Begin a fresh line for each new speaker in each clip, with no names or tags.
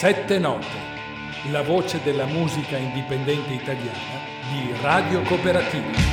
Sette note, la voce della musica indipendente italiana di Radio Cooperativa.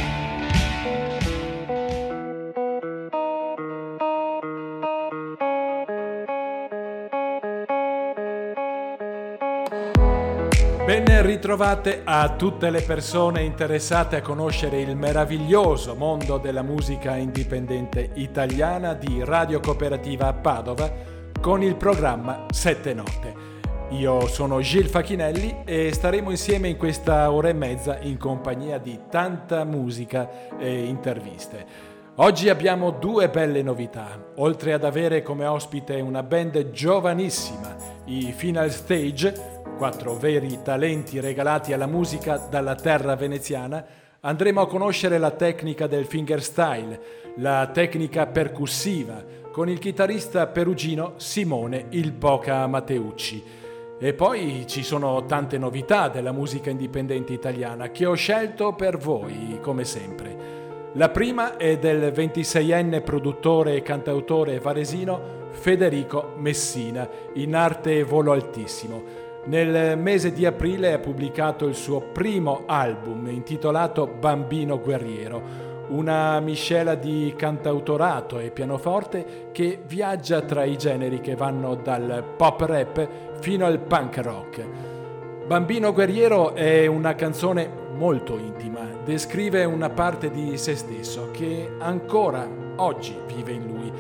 Ben ritrovate a tutte le persone interessate a conoscere il meraviglioso mondo della musica indipendente italiana di Radio Cooperativa a Padova con il programma Sette note. Io sono Gil Facchinelli e staremo insieme in questa ora e mezza in compagnia di tanta musica e interviste. Oggi abbiamo due belle novità, oltre ad avere come ospite una band giovanissima, i Final Stage, 4 veri talenti regalati alla musica dalla terra veneziana. Andremo a conoscere la tecnica del fingerstyle, la tecnica percussiva, con il chitarrista perugino Simone Il Boca Mateucci. E poi ci sono tante novità della musica indipendente italiana che ho scelto per voi, come sempre. La prima è del 26enne produttore e cantautore varesino Federico Messina, in arte Volo Altissimo. Nel mese di aprile ha pubblicato il suo primo album intitolato Bambino Guerriero, una miscela di cantautorato e pianoforte che viaggia tra i generi che vanno dal pop rap fino al punk rock. Bambino Guerriero è una canzone molto intima, descrive una parte di se stesso che ancora oggi vive in lui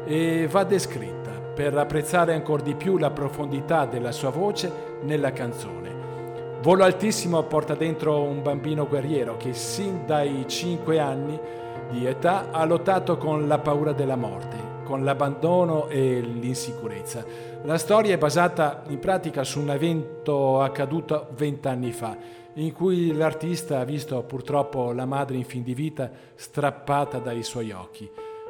e va descritta per apprezzare ancora di più la profondità della sua voce nella canzone. Volo Altissimo porta dentro un bambino guerriero che sin dai 5 anni di età ha lottato con la paura della morte, con l'abbandono e l'insicurezza. La storia è basata in pratica su un evento accaduto 20 anni fa, in cui l'artista ha visto purtroppo la madre in fin di vita strappata dai suoi occhi.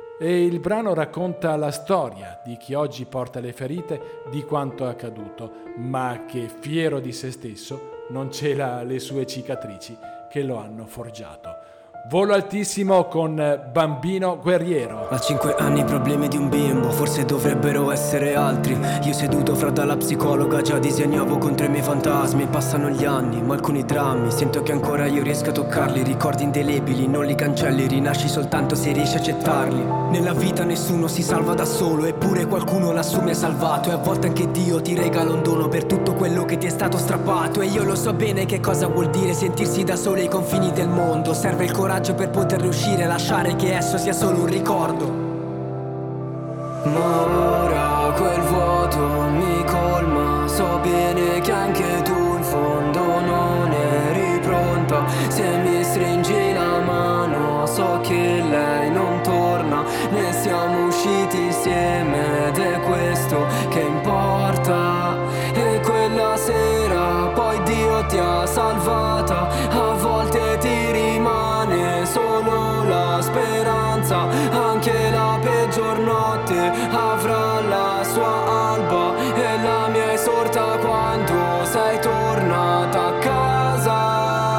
E il brano racconta la storia di chi oggi porta le ferite di quanto accaduto, ma che fiero di se stesso non cela le sue cicatrici che lo hanno forgiato. Volo Altissimo con Bambino Guerriero.
A 5 anni i problemi di un bimbo, forse dovrebbero essere altri. Io seduto fra dalla psicologa già disegnavo contro i miei fantasmi. Passano gli anni, ma alcuni drammi sento che ancora io riesco a toccarli. Ricordi indelebili, non li cancelli, rinasci soltanto se riesci a accettarli. Nella vita nessuno si salva da solo, eppure qualcuno lassù mi ha salvato. E a volte anche Dio ti regala un dono per tutto quello che ti è stato strappato. E io lo so bene che cosa vuol dire sentirsi da soli ai confini del mondo. Serve il coraggio per poter uscire e lasciare che esso sia solo un ricordo. Ma ora quel vuoto mi colma, so bene che anche tu in fondo non eri pronta. Se mi stringi la mano so che lei non torna, ne siamo usciti insieme ed è questo che importa. E quella sera poi Dio ti ha salvata, a volte ti rimane solo la speranza, anche la peggior notte avrà la sua alba e la mia è sorta quando sei tornata a casa.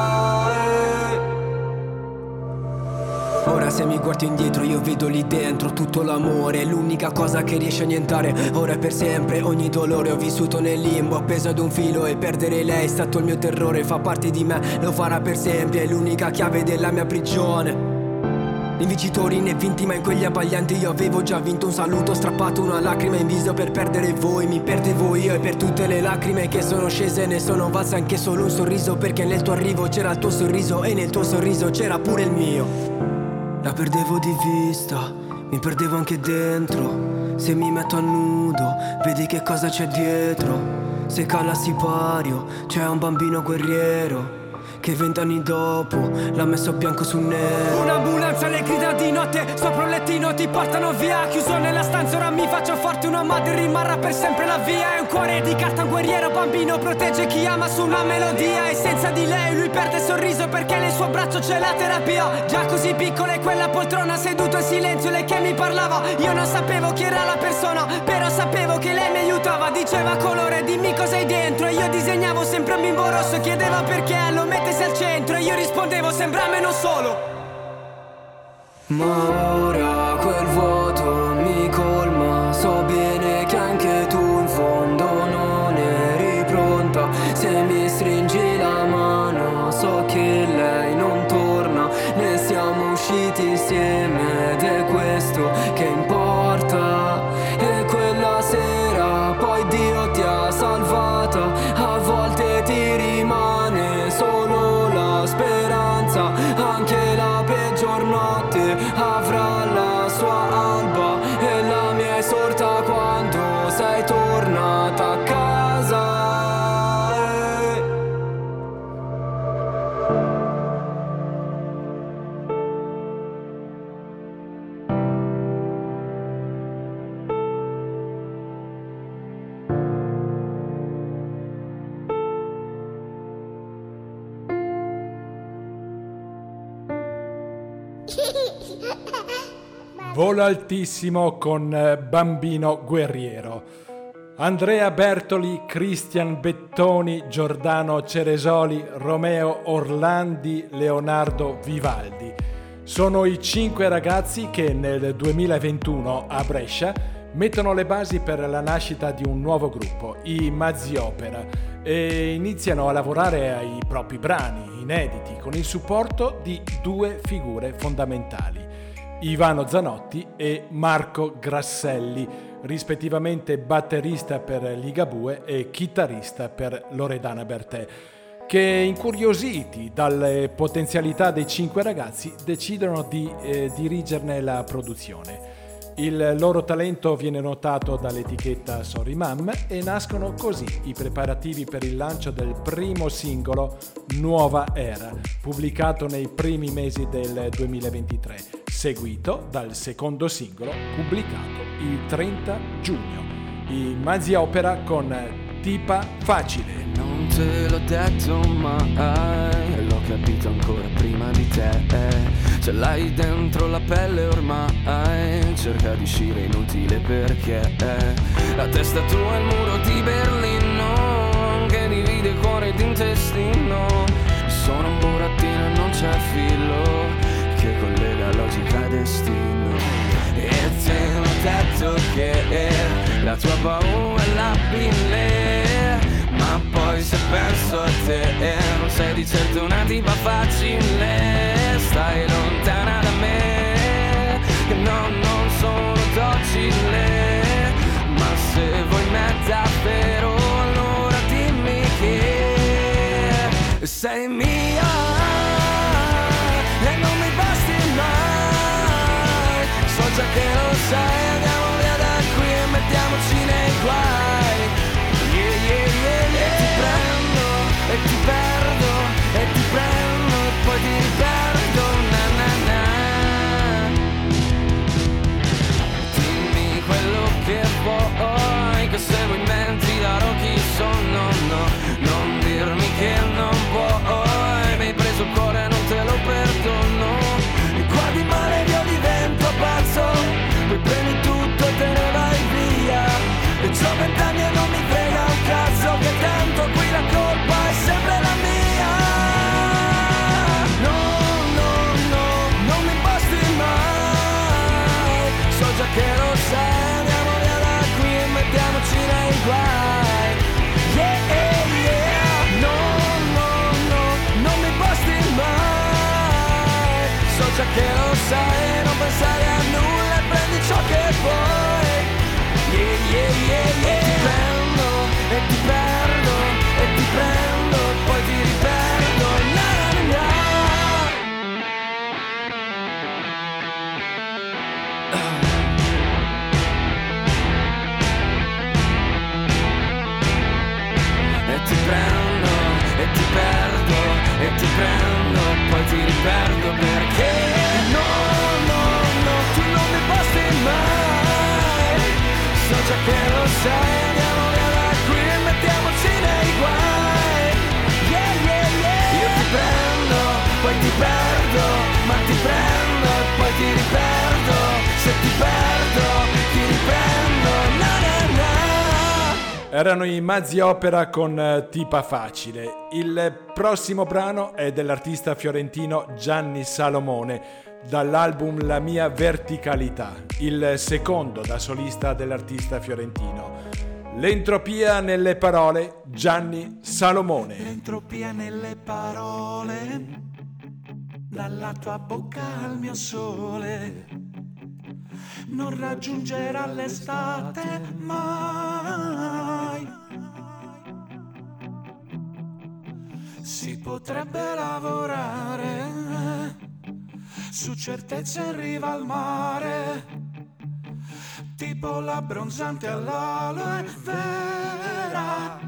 Ora se mi guardo indietro io vedo lì dentro tutto l'amore, l'unica cosa che riesce a annientare ora e per sempre ogni dolore. Ho vissuto nel limbo appeso ad un filo e perdere lei è stato il mio terrore. Fa parte di me, lo farà per sempre, è l'unica chiave della mia prigione. Né vincitori né vinti, ma in quegli abbaglianti io avevo già vinto. Un saluto, strappato una lacrima in viso per perdere voi. Mi perdevo io e per tutte le lacrime che sono scese ne sono valse anche solo un sorriso, perché nel tuo arrivo c'era il tuo sorriso e nel tuo sorriso c'era pure il mio. La perdevo di vista, mi perdevo anche dentro. Se mi metto a nudo, vedi che cosa c'è dietro. Se cala sipario, c'è un bambino guerriero che 20 anni dopo l'ha messo bianco su nero. Un'ambulanza alle grida di notte, sopra un lettino ti portano via. Chiuso nella stanza ora mi faccio forte, una madre rimarrà per sempre la via. È un cuore di carta, un guerriero bambino protegge chi ama su una melodia. E senza di lei lui perde il sorriso perché nel suo braccio c'è la terapia. Già così piccola e quella poltrona, seduto in silenzio lei che mi parlava. Io non sapevo chi era la persona, però sapevo che lei mi aiutava. Diceva colore, dimmi cosa hai dentro. E io disegnavo sempre un bimbo rosso, chiedeva perché lo mettesi al centro. E io rispondevo sembra meno solo. Ma ora quel vuoto mi colma, so bene che anche tu in fondo non eri insieme ed è questo che importa. E quella sera poi Dio ti ha salvata. A volte ti rimane solo la speranza. Anche la peggior notte avrà la sua alba. E la mia è sorta quando sei tornata a casa.
Volo altissimo con Bambino Guerriero. Andrea Bertoli, Cristian Bettoni, Giordano Ceresoli, Romeo Orlandi, Leonardo Vivaldi. Sono i 5 ragazzi che nel 2021 a Brescia mettono le basi per la nascita di un nuovo gruppo, i Mazziopera, e iniziano a lavorare ai propri brani inediti con il supporto di 2 figure fondamentali: Ivano Zanotti e Marco Grasselli, rispettivamente batterista per Ligabue e chitarrista per Loredana Bertè, che, incuriositi dalle potenzialità dei 5 ragazzi, decidono di dirigerne la produzione. Il loro talento viene notato dall'etichetta Sorry Mam e nascono così i preparativi per il lancio del primo singolo Nuova Era, pubblicato nei primi mesi del 2023, seguito dal secondo singolo pubblicato il 30 giugno. I Mazziopera con Tipa Facile.
Non te l'ho detto mai, l'ho capito ancora prima di te. Ce l'hai dentro la pelle ormai, cerca di uscire inutile perché la testa tua è il muro di Berlino che divide cuore ed intestino. Sono un burattino e non c'è filo che collega logica e destino. E te l'ho detto che la tua paura è labile, ma poi se penso a te non sei di certo una tipa facile. Stai lontana da me, che no, non sono docile, ma se vuoi me davvero allora dimmi che sei mia e non mi basti mai. So già che lo sai, andiamo via da qui e mettiamoci nei guai. Yeah, yeah, yeah, yeah. E ti prendo, e ti perdo, e ti prendo e poi ti riperdo, na na na. Dimmi quello che vuoi, che se vuoi me ti darò chi sono, no. Non dirmi che non vuoi, mi hai preso il cuore, non te lo perdono. Mi guardi male io divento pazzo, poi prendi tutto e te ne vai via. E c'ho 20 anni e non mi frega un cazzo, che tanto qui la colpa è sempre la mia. No, no, no, non mi basti mai. So già che lo sai, andiamo via da qui e mettiamoci nei guai. Yeah, yeah, no, no, no, non mi basti mai. So già che lo sai, non pensare a nulla e prendi ciò che vuoi. Yeah, yeah, yeah, yeah. E ti prendo, e ti perdo, e ti prendo, e poi ti riperdo, na na na. E ti prendo, e ti perdo, e ti prendo, e poi ti riperdo perché no, no, no, tu non mi basti mai. So già che lo sai, andiamo via da qui e mettiamoci nei guai. Yeah, yeah, yeah. Io ti prendo, poi ti perdo, ma ti prendo e poi ti riperdo. Se ti perdo, ti riprendo, na na na.
Erano i Mazziopera con Tipa Facile. Il prossimo brano è dell'artista fiorentino Gianni Salomone, dall'album La mia verticalità, il secondo da solista dell'artista fiorentino. L'entropia nelle parole, Gianni Salomone.
L'entropia nelle parole dalla tua bocca al mio sole. Non raggiungerà l'estate mai. Si potrebbe lavorare su certezze in riva al mare, tipo l'abbronzante all'aloe vera.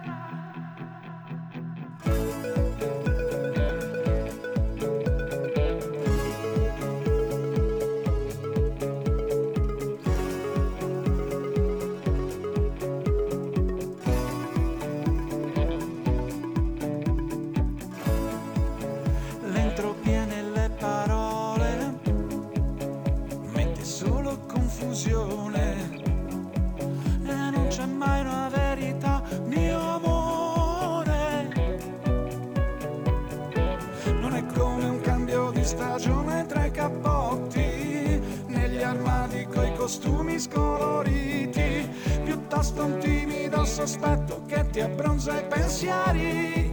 L'entropia nelle parole mette solo confusione e non c'è mai una verità, mio amore. Non è come un cambio di stagione tra i cappotti, negli armadi coi costumi scoloriti, piuttosto un timido sospetto che ti abbronza i pensieri.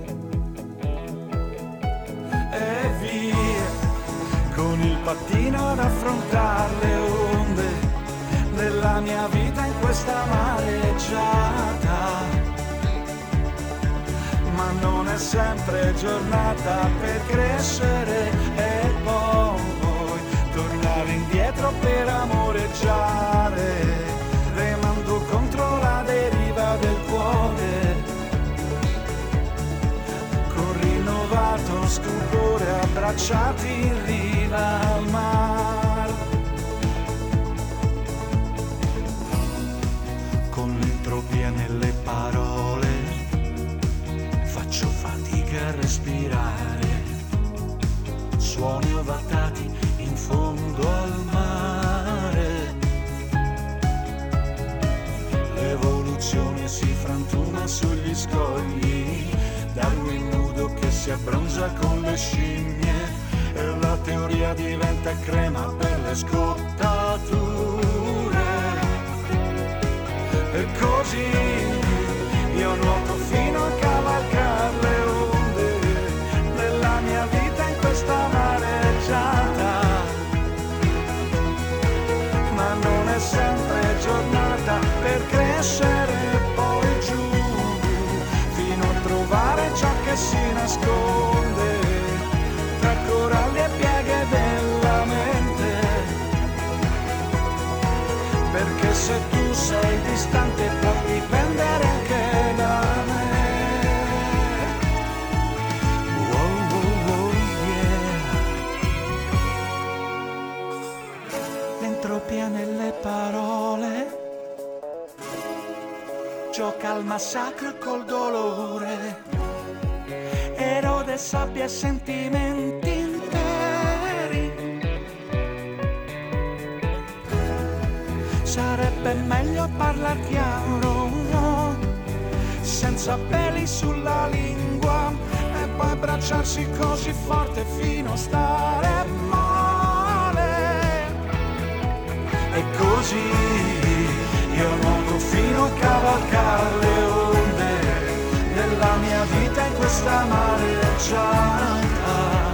E via con il pattino ad affrontare le onde della mia vita in questa mareggiata. Ma non è sempre giornata per crescere e poi tornare indietro per amoreggiare, remando contro la deriva del cuore, con rinnovato stupore abbracciati in riva al mar. Con l'entropia nelle parole faccio fatica a respirare, suoni ovattati in fondo al mare. L'evoluzione si frantuma sugli scogli, Darwin nudo che si abbronza con le scimmie, e la teoria diventa crema per le scottature. E così io nuoto fino a cavalcare le onde della mia vita in questa mareggiata. Ma non è sempre giornata per crescere e poi giù, fino a trovare ciò che si nasconde tra coralli e pieghe della mente. Perché se tu sei distante può dipendere anche da me. Wow, wow, wow, yeah. L'entropia nelle parole gioca al massacro col dolore, erode sabbia e sentimenti interi. Sarebbe meglio parlar chiaro, no? Senza peli sulla lingua, e poi abbracciarsi così forte fino a stare male. E così io nuoto fino a cavalcare le onde della mia vita in questa mareggiata.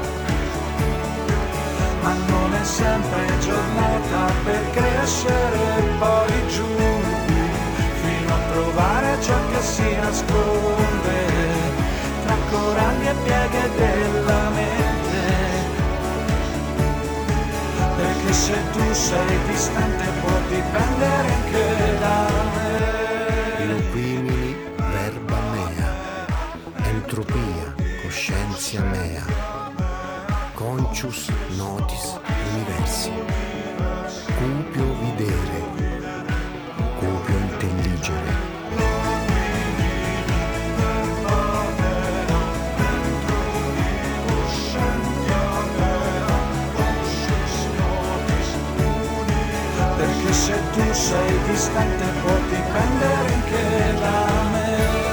Ma non è sempre giornata per crescere e poi giù, fino a trovare ciò che si nasconde tra coralli e pieghe della mente. Perché se tu sei distante può dipendere anche da me.
In opimili verba mea, entropia, coscienza mea, conscius notis universi, cupio videre, cupio intelligere.
Perché se tu sei distante può dipendere anche da me.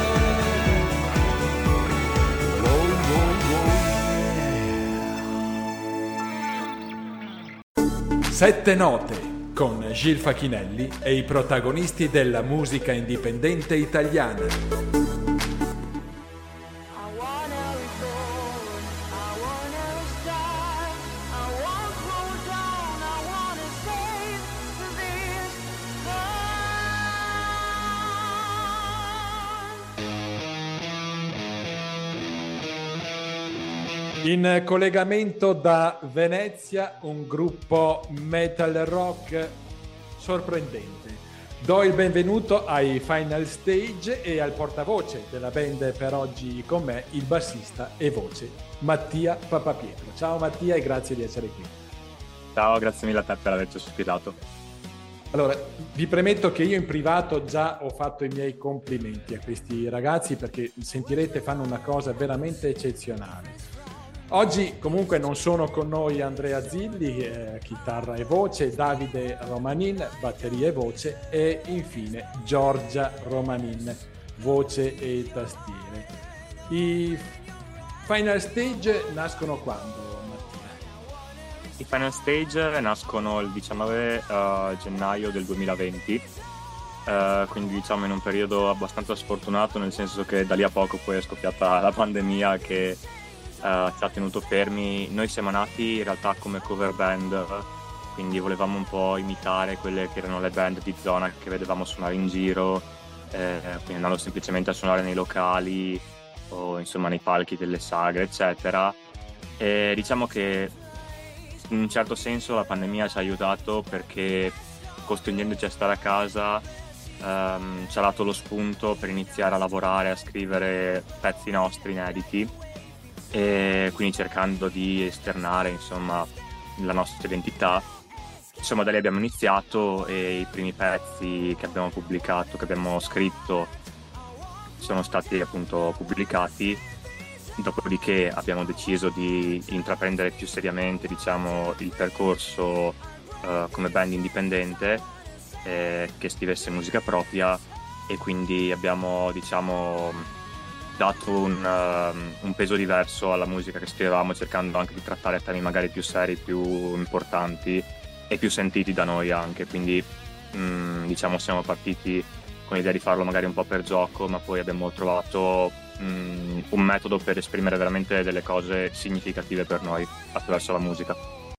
Wow, wow, wow.
Sette note con Gil Facchinelli e i protagonisti della musica indipendente italiana.
I wanna reborn, I wanna start.
In collegamento da Venezia, un gruppo metal rock sorprendente. Do il benvenuto ai Final Stage e al portavoce della band per oggi con me, il bassista e voce Mattia Papapietro. Ciao Mattia e grazie di essere qui.
Ciao, grazie mille a te per averci ospitato.
Allora, vi premetto che io in privato già ho fatto i miei complimenti a questi ragazzi perché sentirete fanno una cosa veramente eccezionale. Oggi comunque non sono con noi Andrea Zilli, chitarra e voce, Davide Romanin, batteria e voce e infine Giorgia Romanin, voce e tastiere. I Final Stage nascono quando, Mattia?
I Final Stage nascono il 19 gennaio del 2020, quindi diciamo in un periodo abbastanza sfortunato, nel senso che da lì a poco poi è scoppiata la pandemia che ci ha tenuto fermi. Noi siamo nati in realtà come cover band, quindi volevamo un po' imitare quelle che erano le band di zona che vedevamo suonare in giro, quindi andando semplicemente a suonare nei locali o insomma nei palchi delle sagre eccetera. E diciamo che in un certo senso la pandemia ci ha aiutato perché costringendoci a stare a casa ci ha dato lo spunto per iniziare a lavorare, a scrivere pezzi nostri inediti, e quindi cercando di esternare insomma la nostra identità. Insomma, da lì abbiamo iniziato e i primi pezzi che abbiamo pubblicato, che abbiamo scritto, sono stati appunto pubblicati. Dopodiché abbiamo deciso di intraprendere più seriamente, diciamo, il percorso come band indipendente che scrivesse musica propria, e quindi abbiamo, diciamo, dato un peso diverso alla musica che scrivevamo, cercando anche di trattare temi magari più seri, più importanti e più sentiti da noi anche. Quindi diciamo siamo partiti con l'idea di farlo magari un po' per gioco, ma poi abbiamo trovato un metodo per esprimere veramente delle cose significative per noi attraverso la musica.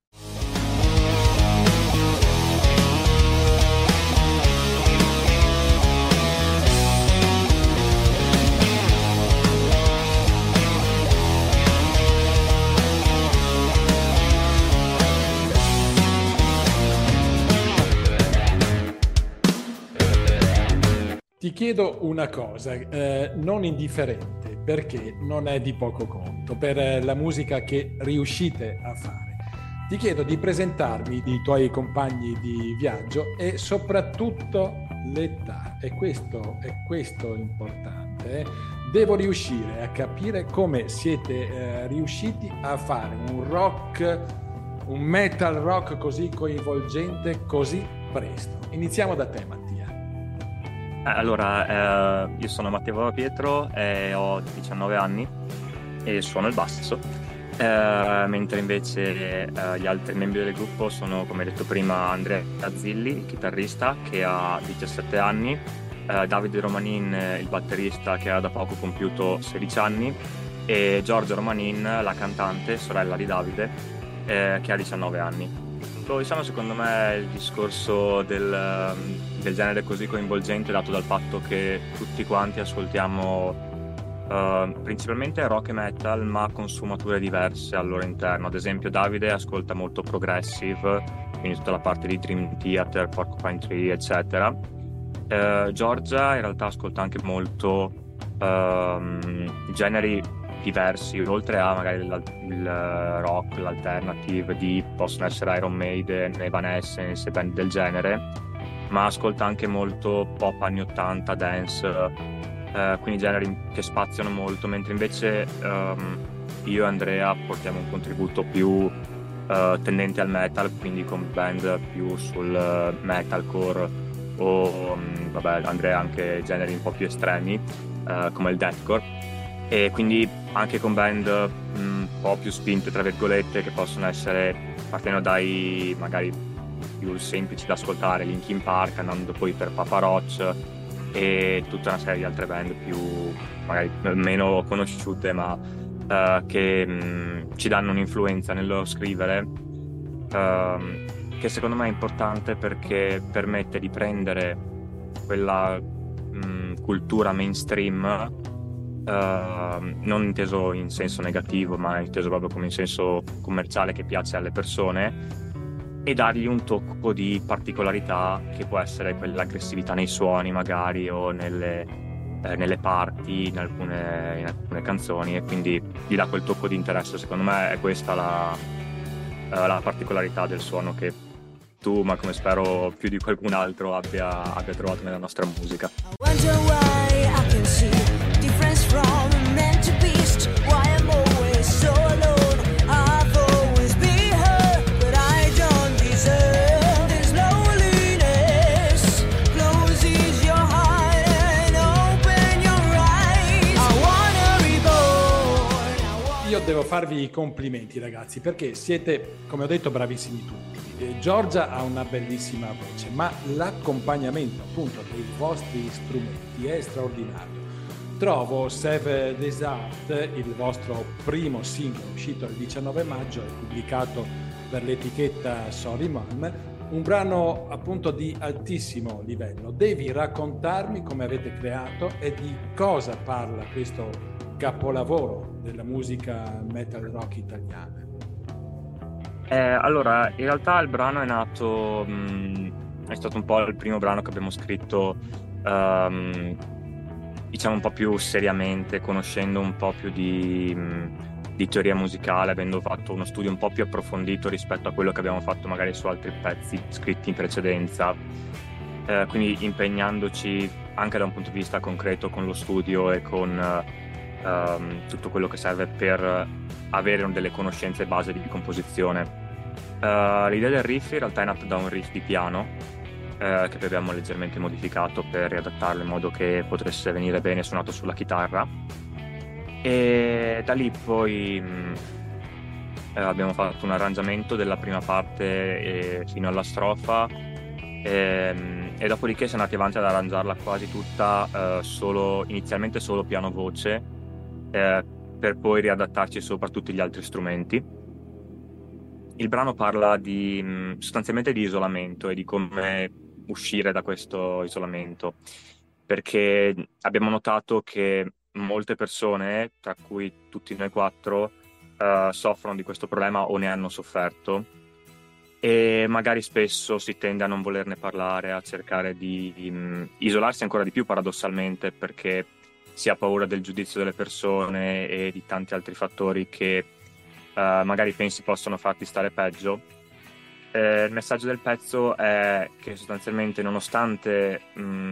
Ti chiedo una cosa, non indifferente, perché non è di poco conto, per la musica che riuscite a fare. Ti chiedo di presentarmi i tuoi compagni di viaggio e soprattutto l'età. E questo importante. Devo riuscire a capire come siete riusciti a fare un metal rock così coinvolgente, così presto. Iniziamo da te, Mattia.
Allora, io sono Mattia Papapietro e ho 19 anni e suono il basso, mentre invece gli altri membri del gruppo sono, come detto prima, Andrea Zilli, il chitarrista, che ha 17 anni, Davide Romanin, il batterista, che ha da poco compiuto 16 anni, e Giorgia Romanin, la cantante, sorella di Davide, che ha 19 anni. Diciamo, secondo me il discorso del genere così coinvolgente è dato dal fatto che tutti quanti ascoltiamo principalmente rock e metal, ma con sfumature diverse al loro interno. Ad esempio Davide ascolta molto progressive, quindi tutta la parte di Dream Theater, Porcupine Tree eccetera. Giorgia in realtà ascolta anche molto generi diversi, oltre a magari il rock, l'alternative, possono essere Iron Maiden, Evanescence e band del genere, ma ascolta anche molto pop anni 80, dance, quindi generi che spaziano molto, mentre invece io e Andrea portiamo un contributo più tendente al metal, quindi con band più sul metalcore o vabbè, Andrea anche generi un po' più estremi come il deathcore, e quindi anche con band un po' più spinte tra virgolette, che possono essere, partendo dai magari più semplici da ascoltare, Linkin Park, andando poi per Papa Roach e tutta una serie di altre band più magari meno conosciute, ma che ci danno un'influenza nel loro scrivere che secondo me è importante, perché permette di prendere quella cultura mainstream non inteso in senso negativo, ma inteso proprio come in senso commerciale, che piace alle persone, e dargli un tocco di particolarità che può essere quell'aggressività nei suoni magari, o nelle parti, in alcune canzoni, e quindi gli dà quel tocco di interesse. Secondo me è questa la particolarità del suono che tu, ma come spero più di qualcun altro, abbia trovato nella nostra musica.
Io devo farvi i complimenti, ragazzi, perché siete, come ho detto, bravissimi tutti. Giorgia ha una bellissima voce, ma l'accompagnamento appunto dei vostri strumenti è straordinario. Trovo Save des Arts, il vostro primo singolo uscito il 19 maggio e pubblicato per l'etichetta Sorry Mom, un brano appunto di altissimo livello. Devi raccontarmi come avete creato e di cosa parla questo capolavoro della musica metal rock italiana.
Allora, in realtà il brano è nato, è stato un po' il primo brano che abbiamo scritto, diciamo un po' più seriamente, conoscendo un po' più di teoria musicale, avendo fatto uno studio un po' più approfondito rispetto a quello che abbiamo fatto magari su altri pezzi scritti in precedenza, quindi impegnandoci anche da un punto di vista concreto con lo studio e con tutto quello che serve per avere delle conoscenze base di composizione. L'idea del riff in realtà è nata da un riff di piano che poi abbiamo leggermente modificato per riadattarlo in modo che potesse venire bene suonato sulla chitarra, e da lì poi abbiamo fatto un arrangiamento della prima parte fino alla strofa, e dopodiché siamo andati avanti ad arrangiarla quasi tutta inizialmente solo piano voce, per poi riadattarci sopra tutti gli altri strumenti. Il brano parla sostanzialmente di isolamento e di come uscire da questo isolamento, perché abbiamo notato che molte persone, tra cui tutti noi quattro, soffrono di questo problema o ne hanno sofferto, e magari spesso si tende a non volerne parlare, a cercare di isolarsi ancora di più, paradossalmente, perché si ha paura del giudizio delle persone e di tanti altri fattori che magari pensi possono farti stare peggio. Il messaggio del pezzo è che sostanzialmente, nonostante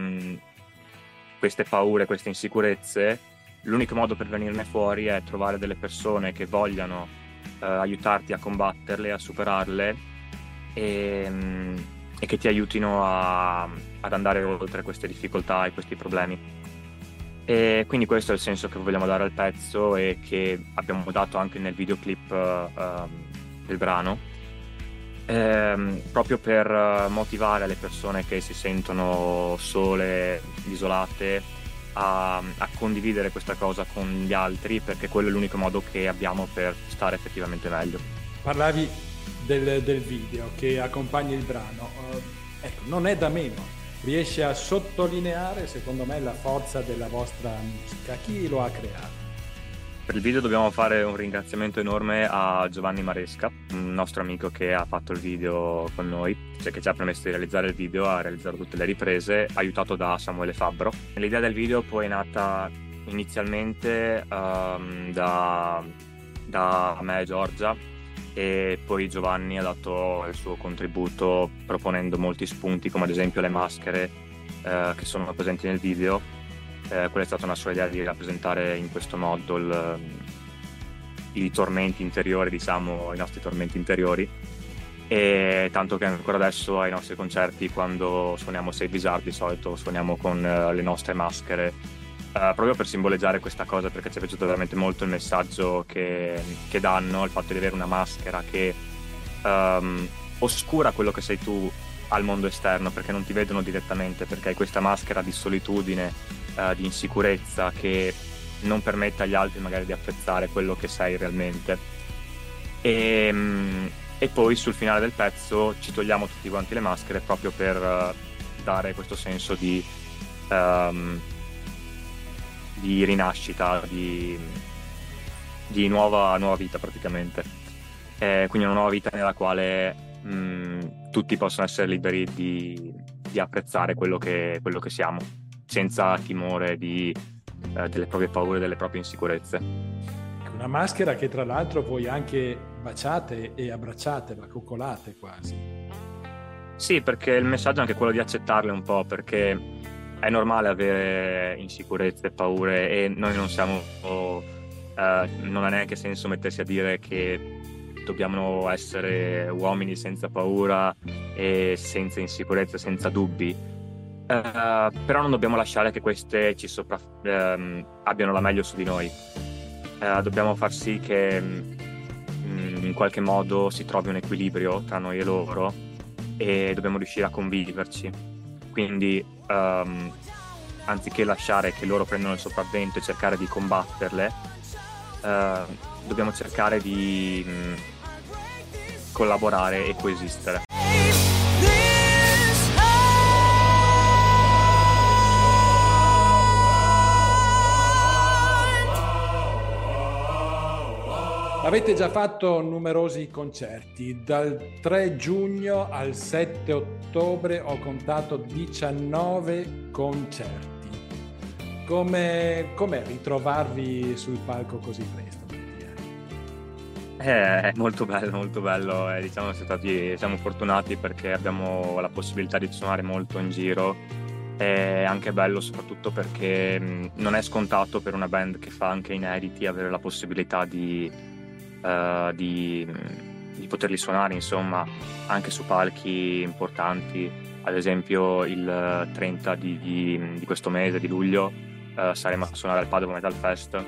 queste paure, queste insicurezze, l'unico modo per venirne fuori è trovare delle persone che vogliano aiutarti a combatterle, a superarle, e che ti aiutino ad andare oltre queste difficoltà e questi problemi. E quindi questo è il senso che vogliamo dare al pezzo, e che abbiamo dato anche nel videoclip del brano, proprio per motivare le persone che si sentono sole, isolate, a condividere questa cosa con gli altri, perché quello è l'unico modo che abbiamo per stare effettivamente meglio.
Parlavi del video che accompagna il brano, ecco, non è da meno. Riesce a sottolineare, secondo me, la forza della vostra musica. Chi lo ha creato?
Per il video dobbiamo fare un ringraziamento enorme a Giovanni Maresca, un nostro amico che ha fatto il video con noi, cioè che ci ha permesso di realizzare il video, a realizzare tutte le riprese, aiutato da Samuele Fabbro. L'idea del video poi è nata inizialmente da me e Giorgia, e poi Giovanni ha dato il suo contributo proponendo molti spunti, come ad esempio le maschere che sono presenti nel video. Quella è stata una sua idea, di rappresentare in questo modo i tormenti interiori, diciamo, i nostri tormenti interiori, e tanto che ancora adesso ai nostri concerti, quando suoniamo Save des Arts, di solito suoniamo con le nostre maschere, proprio per simboleggiare questa cosa, perché ci è piaciuto veramente molto il messaggio che danno, il fatto di avere una maschera che oscura quello che sei tu al mondo esterno, perché non ti vedono direttamente, perché hai questa maschera di solitudine, di insicurezza, che non permette agli altri magari di apprezzare quello che sei realmente. E poi sul finale del pezzo ci togliamo tutti quanti le maschere, proprio per dare questo senso di di rinascita, di nuova vita praticamente. Quindi una nuova vita nella quale tutti possono essere liberi di apprezzare quello che siamo, senza timore delle proprie paure, delle proprie insicurezze.
Una maschera che tra l'altro voi anche baciate e abbracciate, la coccolate quasi.
Sì, perché il messaggio è anche quello di accettarle un po', perché è normale avere insicurezze e paure, e noi non siamo, non ha neanche senso mettersi a dire che dobbiamo essere uomini senza paura e senza insicurezze, senza dubbi. Però non dobbiamo lasciare che queste abbiano la meglio su di noi. Dobbiamo far sì che in qualche modo si trovi un equilibrio tra noi e loro, e dobbiamo riuscire a conviverci. Quindi anziché lasciare che loro prendano il sopravvento e cercare di combatterle, dobbiamo cercare di collaborare e coesistere.
Avete già fatto numerosi concerti, dal 3 giugno al 7 ottobre ho contato 19 concerti. Com'è ritrovarvi sul palco così presto?
È molto bello, molto bello. Diciamo siamo fortunati perché abbiamo la possibilità di suonare molto in giro. È anche bello soprattutto perché non è scontato per una band che fa anche inediti avere la possibilità di poterli suonare, insomma, anche su palchi importanti. Ad esempio il 30 di questo mese, di luglio, saremo a suonare al Padova Metal Fest.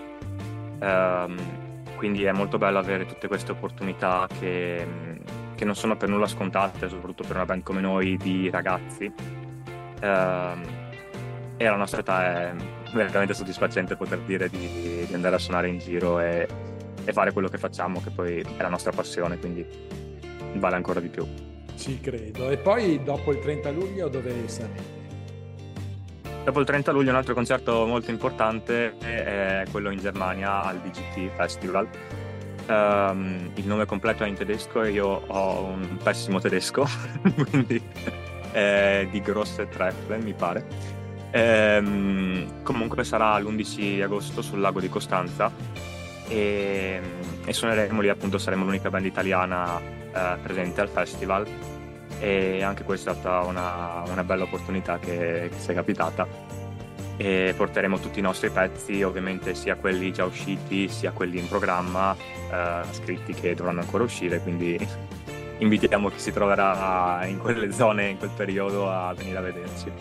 Quindi è molto bello avere tutte queste opportunità che non sono per nulla scontate, soprattutto per una band come noi di ragazzi. E alla nostra età è veramente soddisfacente poter dire di andare a suonare in giro e fare quello che facciamo, che poi è la nostra passione, quindi vale ancora di più.
Ci credo. E poi dopo il 30 luglio dove sarete?
Dopo il 30 luglio un altro concerto molto importante è quello in Germania al DGT Festival. Il nome completo è in tedesco e io ho un pessimo tedesco, quindi di Grosse Treffen mi pare. Comunque sarà l'11 agosto sul lago di Costanza e suoneremo lì, appunto saremo l'unica band italiana presente al festival, e anche questa è stata una bella opportunità che ci è capitata, e porteremo tutti i nostri pezzi, ovviamente sia quelli già usciti sia quelli in programma, scritti che dovranno ancora uscire, quindi invitiamo chi si troverà in quelle zone in quel periodo a venire a vederci.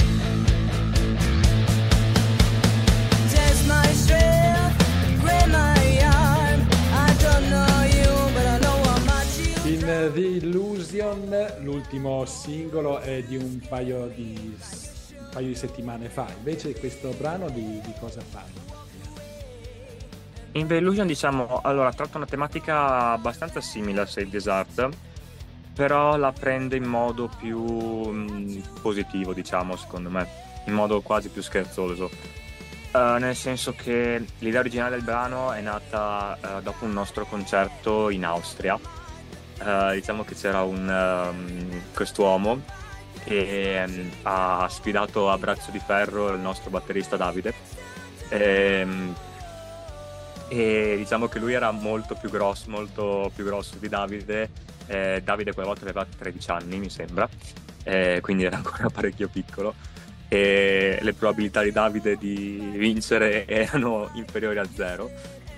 In The Illusion l'ultimo singolo è di un paio di settimane fa, invece questo brano di cosa parla?
In The Illusion, diciamo, allora tratta una tematica abbastanza simile a Save This Art, però la prende in modo più positivo, diciamo, secondo me, in modo quasi più scherzoso, nel senso che l'idea originale del brano è nata dopo un nostro concerto in Austria. Diciamo che c'era quest'uomo che ha sfidato a braccio di ferro il nostro batterista Davide, e diciamo che lui era molto più grosso di Davide. Davide quella volta aveva 13 anni, mi sembra, quindi era ancora parecchio piccolo, e le probabilità di Davide di vincere erano inferiori a 0.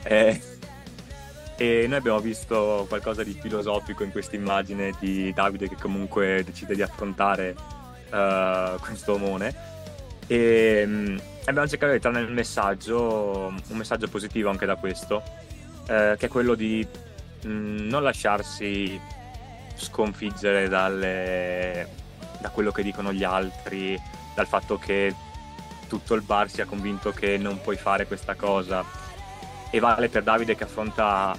E noi abbiamo visto qualcosa di filosofico in questa immagine di Davide che comunque decide di affrontare questo omone, e abbiamo cercato di trarre un messaggio positivo anche da questo, che è quello di non lasciarsi sconfiggere da quello che dicono gli altri, dal fatto che tutto il bar sia convinto che non puoi fare questa cosa. E vale per Davide che affronta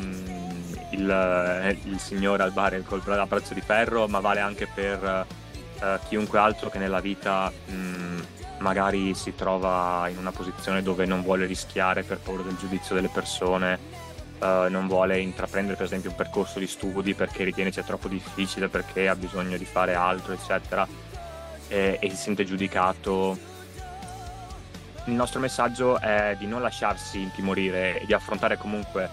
il signore al bar col braccio di ferro, ma vale anche per chiunque altro che nella vita magari si trova in una posizione dove non vuole rischiare per paura del giudizio delle persone, non vuole intraprendere per esempio un percorso di studi perché ritiene sia troppo difficile, perché ha bisogno di fare altro, eccetera, e si sente giudicato. Il nostro messaggio è di non lasciarsi intimorire e di affrontare comunque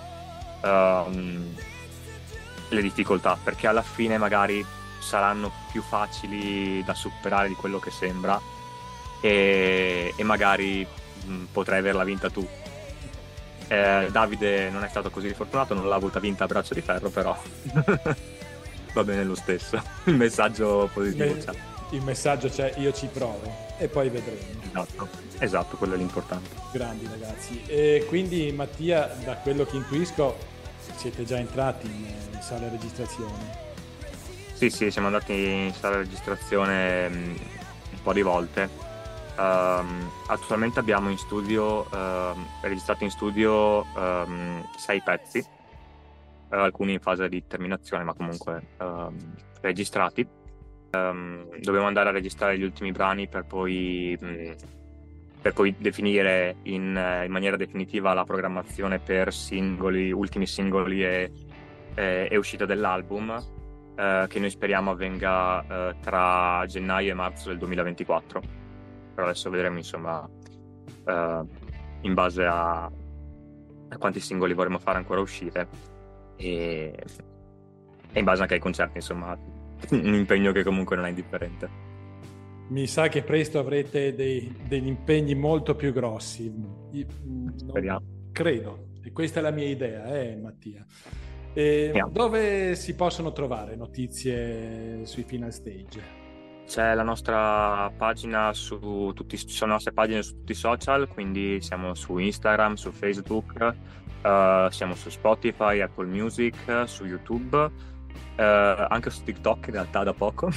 le difficoltà, perché alla fine magari saranno più facili da superare di quello che sembra, e magari potrai averla vinta tu. Davide non è stato così fortunato, non l'ha avuta vinta a braccio di ferro, però va bene lo stesso. Il messaggio positivo c'è.
Il messaggio c'è, io ci provo e poi vedremo.
Esatto, quello è l'importante.
Grandi ragazzi. E quindi Mattia, da quello che intuisco, siete già entrati in sala registrazione?
Sì, siamo andati in sala registrazione un po' di volte. Attualmente abbiamo in studio, registrato in studio 6 pezzi, alcuni in fase di terminazione, ma comunque registrati. Dobbiamo andare a registrare gli ultimi brani per poi definire in maniera definitiva la programmazione per ultimi singoli e uscita dell'album, che noi speriamo avvenga tra gennaio e marzo del 2024. Però adesso vedremo, insomma, in base a quanti singoli vorremmo fare ancora uscire e in base anche ai concerti, insomma, un impegno che comunque non è indifferente.
Mi sa che presto avrete degli impegni molto più grossi.
Speriamo.
Credo, e questa è la mia idea, Mattia. Dove si possono trovare notizie sui Final Stage?
C'è la nostra pagina ci sono le nostre pagine su tutti i social, quindi siamo su Instagram, su Facebook, siamo su Spotify, Apple Music, su YouTube, anche su TikTok in realtà da poco.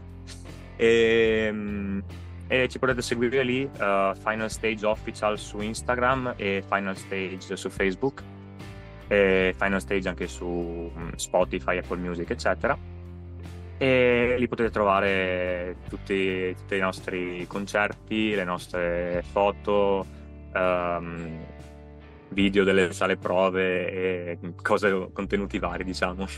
e ci potete seguire lì, Final Stage Official su Instagram e Final Stage su Facebook, e Final Stage anche su Spotify, Apple Music, eccetera. E lì potete trovare tutti i nostri concerti, le nostre foto, video delle sale prove e contenuti vari, diciamo.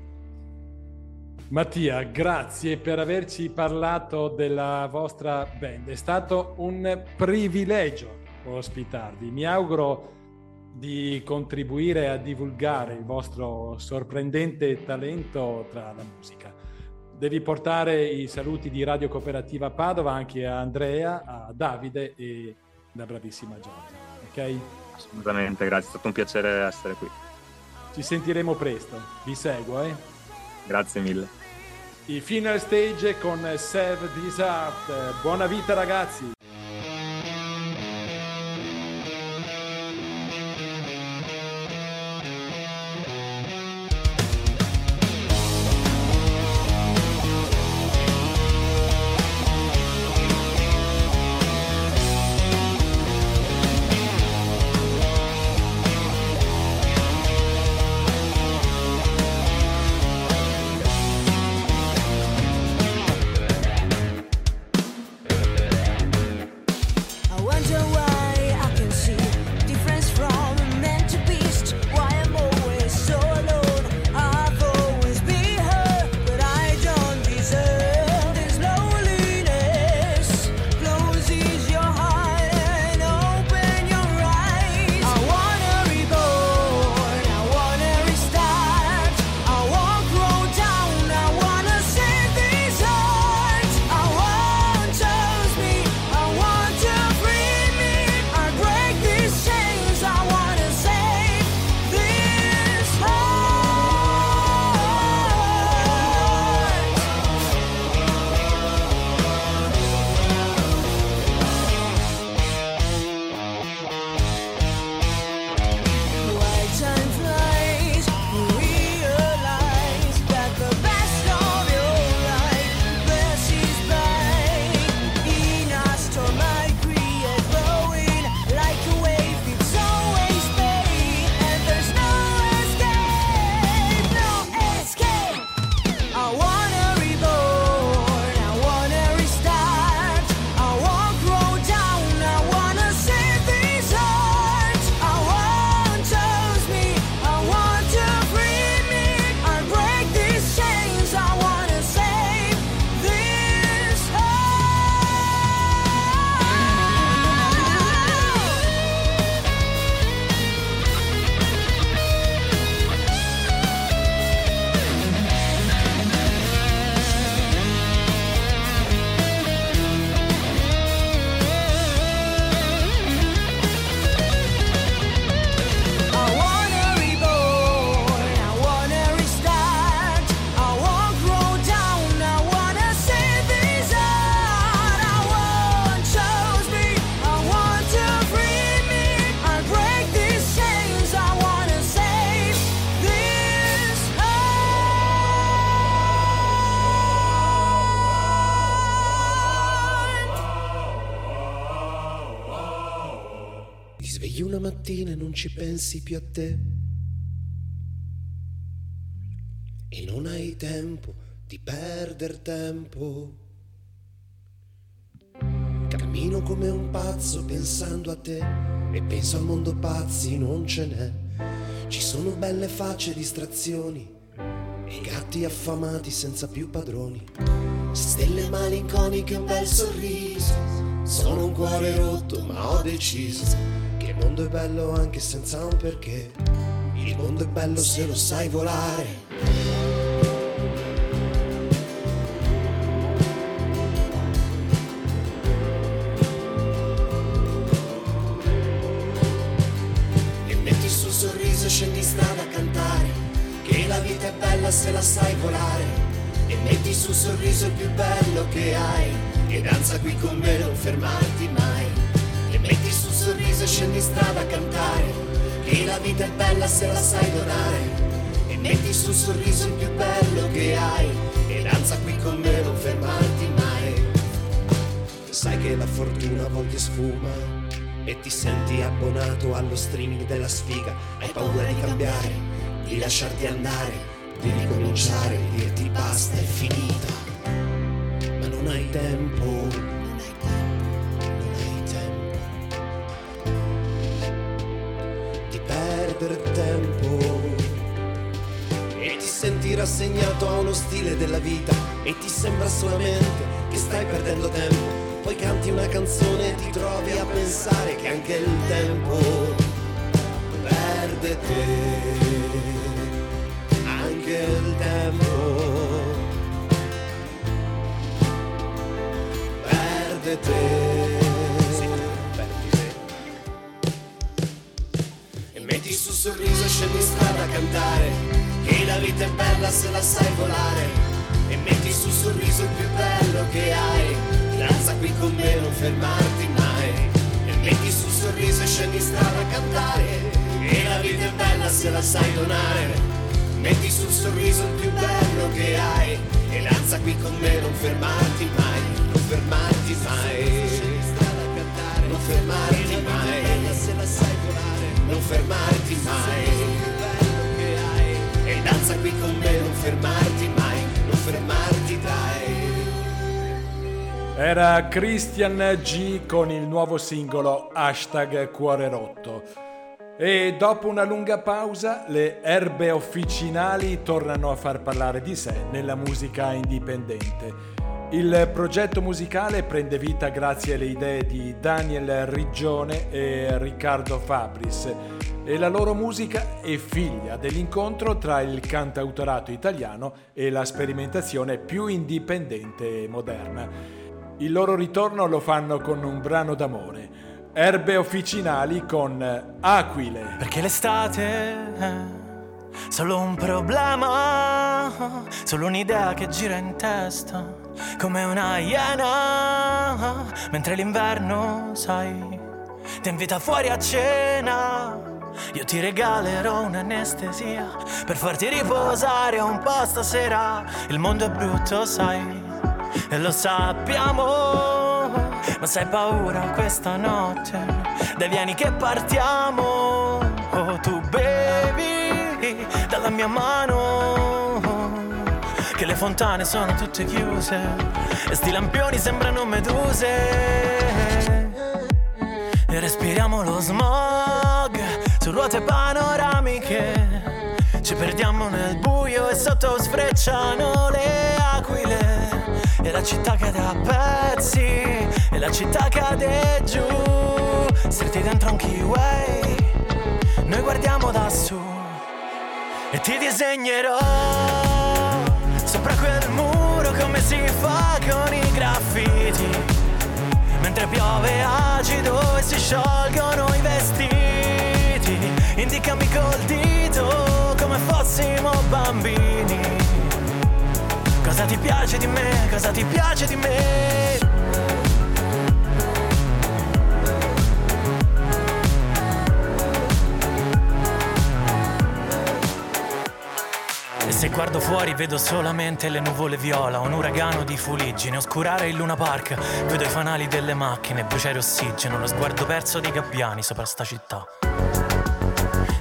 Mattia, grazie per averci parlato della vostra band. È stato un privilegio ospitarvi. Mi auguro di contribuire a divulgare il vostro sorprendente talento tra la musica. Devi portare i saluti di Radio Cooperativa Padova anche a Andrea, a Davide e la bravissima Giorgia, ok?
Assolutamente, grazie, è stato un piacere essere qui.
Ci sentiremo presto, vi seguo,
Grazie mille.
I Final Stage con Save This Art. Buona vita ragazzi!
mattina e non ci pensi più a te. E non hai tempo di perder tempo. Cammino come un pazzo pensando a te e penso al mondo pazzi non ce n'è. Ci sono belle facce, distrazioni e gatti affamati senza più padroni. Stelle malinconiche, un bel sorriso. Sono un cuore rotto ma ho deciso che il mondo è bello anche senza un perché. Il mondo è bello se lo sai volare. Scendi in strada a cantare che la vita è bella se la sai volare, e metti sul sorriso il più bello che hai e danza qui con me, non fermarti mai. E metti sul sorriso e scendi in strada a cantare che la vita è bella se la sai donare, e metti sul sorriso il più bello che hai e danza qui con me, non fermarti mai. Sai che la fortuna a volte sfuma e ti senti abbonato allo streaming della sfiga. Hai paura di cambiare, di lasciarti andare, di ricominciare, di dirti basta, è finita. Ma non hai tempo, non hai tempo di perdere tempo. E ti senti rassegnato a uno stile della vita e ti sembra solamente che stai perdendo tempo. Poi canti una canzone e ti trovi a pensare che anche il tempo perde te, anche il tempo perde te, sì, perdi te. E metti sul sorriso e scendi in strada a cantare che la vita è bella se la sai volare, e metti sul sorriso il più bello che hai. Danza qui con me, non fermarti mai. E metti sul sorriso e scendi in strada a cantare e la vita è bella se la sai donare. Metti sul sorriso il più bello che hai e danza qui con me, non fermarti mai. Non fermarti mai. Non fermarti mai. Non fermarti mai. E danza qui con me, non fermarti mai. Non fermarti mai.
Era Christian G con il nuovo singolo #Cuore Rotto. E dopo una lunga pausa le Erbe Officinali tornano a far parlare di sé nella musica indipendente. Il progetto musicale prende vita grazie alle idee di Daniel Riggione e Riccardo Fabris, e la loro musica è figlia dell'incontro tra il cantautorato italiano e la sperimentazione più indipendente e moderna. Il loro ritorno lo fanno con un brano d'amore, Erbe Officinali con Aquile.
Perché l'estate è solo un problema, solo un'idea che gira in testa come una iena, mentre l'inverno, sai, ti invita fuori a cena. Io ti regalerò un'anestesia per farti riposare un po' stasera. Il mondo è brutto, sai, e lo sappiamo, ma se hai paura questa notte, dai vieni che partiamo. Oh, tu bevi dalla mia mano, che le fontane sono tutte chiuse e sti lampioni sembrano meduse. E respiriamo lo smog su ruote panoramiche, ci perdiamo nel buio e sotto sfrecciano le aquile. E la città cade a pezzi, e la città cade giù, stretti dentro un keyway, noi guardiamo da su. E ti disegnerò sopra quel muro come si fa con i graffiti, mentre piove acido e si sciolgono i vestiti. Indicami col dito come fossimo bambini. Cosa ti piace di me? Cosa ti piace di me? E se guardo fuori vedo solamente le nuvole viola, un uragano di fuliggine, oscurare il Luna Park, vedo i fanali delle macchine, bruciare ossigeno, lo sguardo perso dei gabbiani sopra sta città.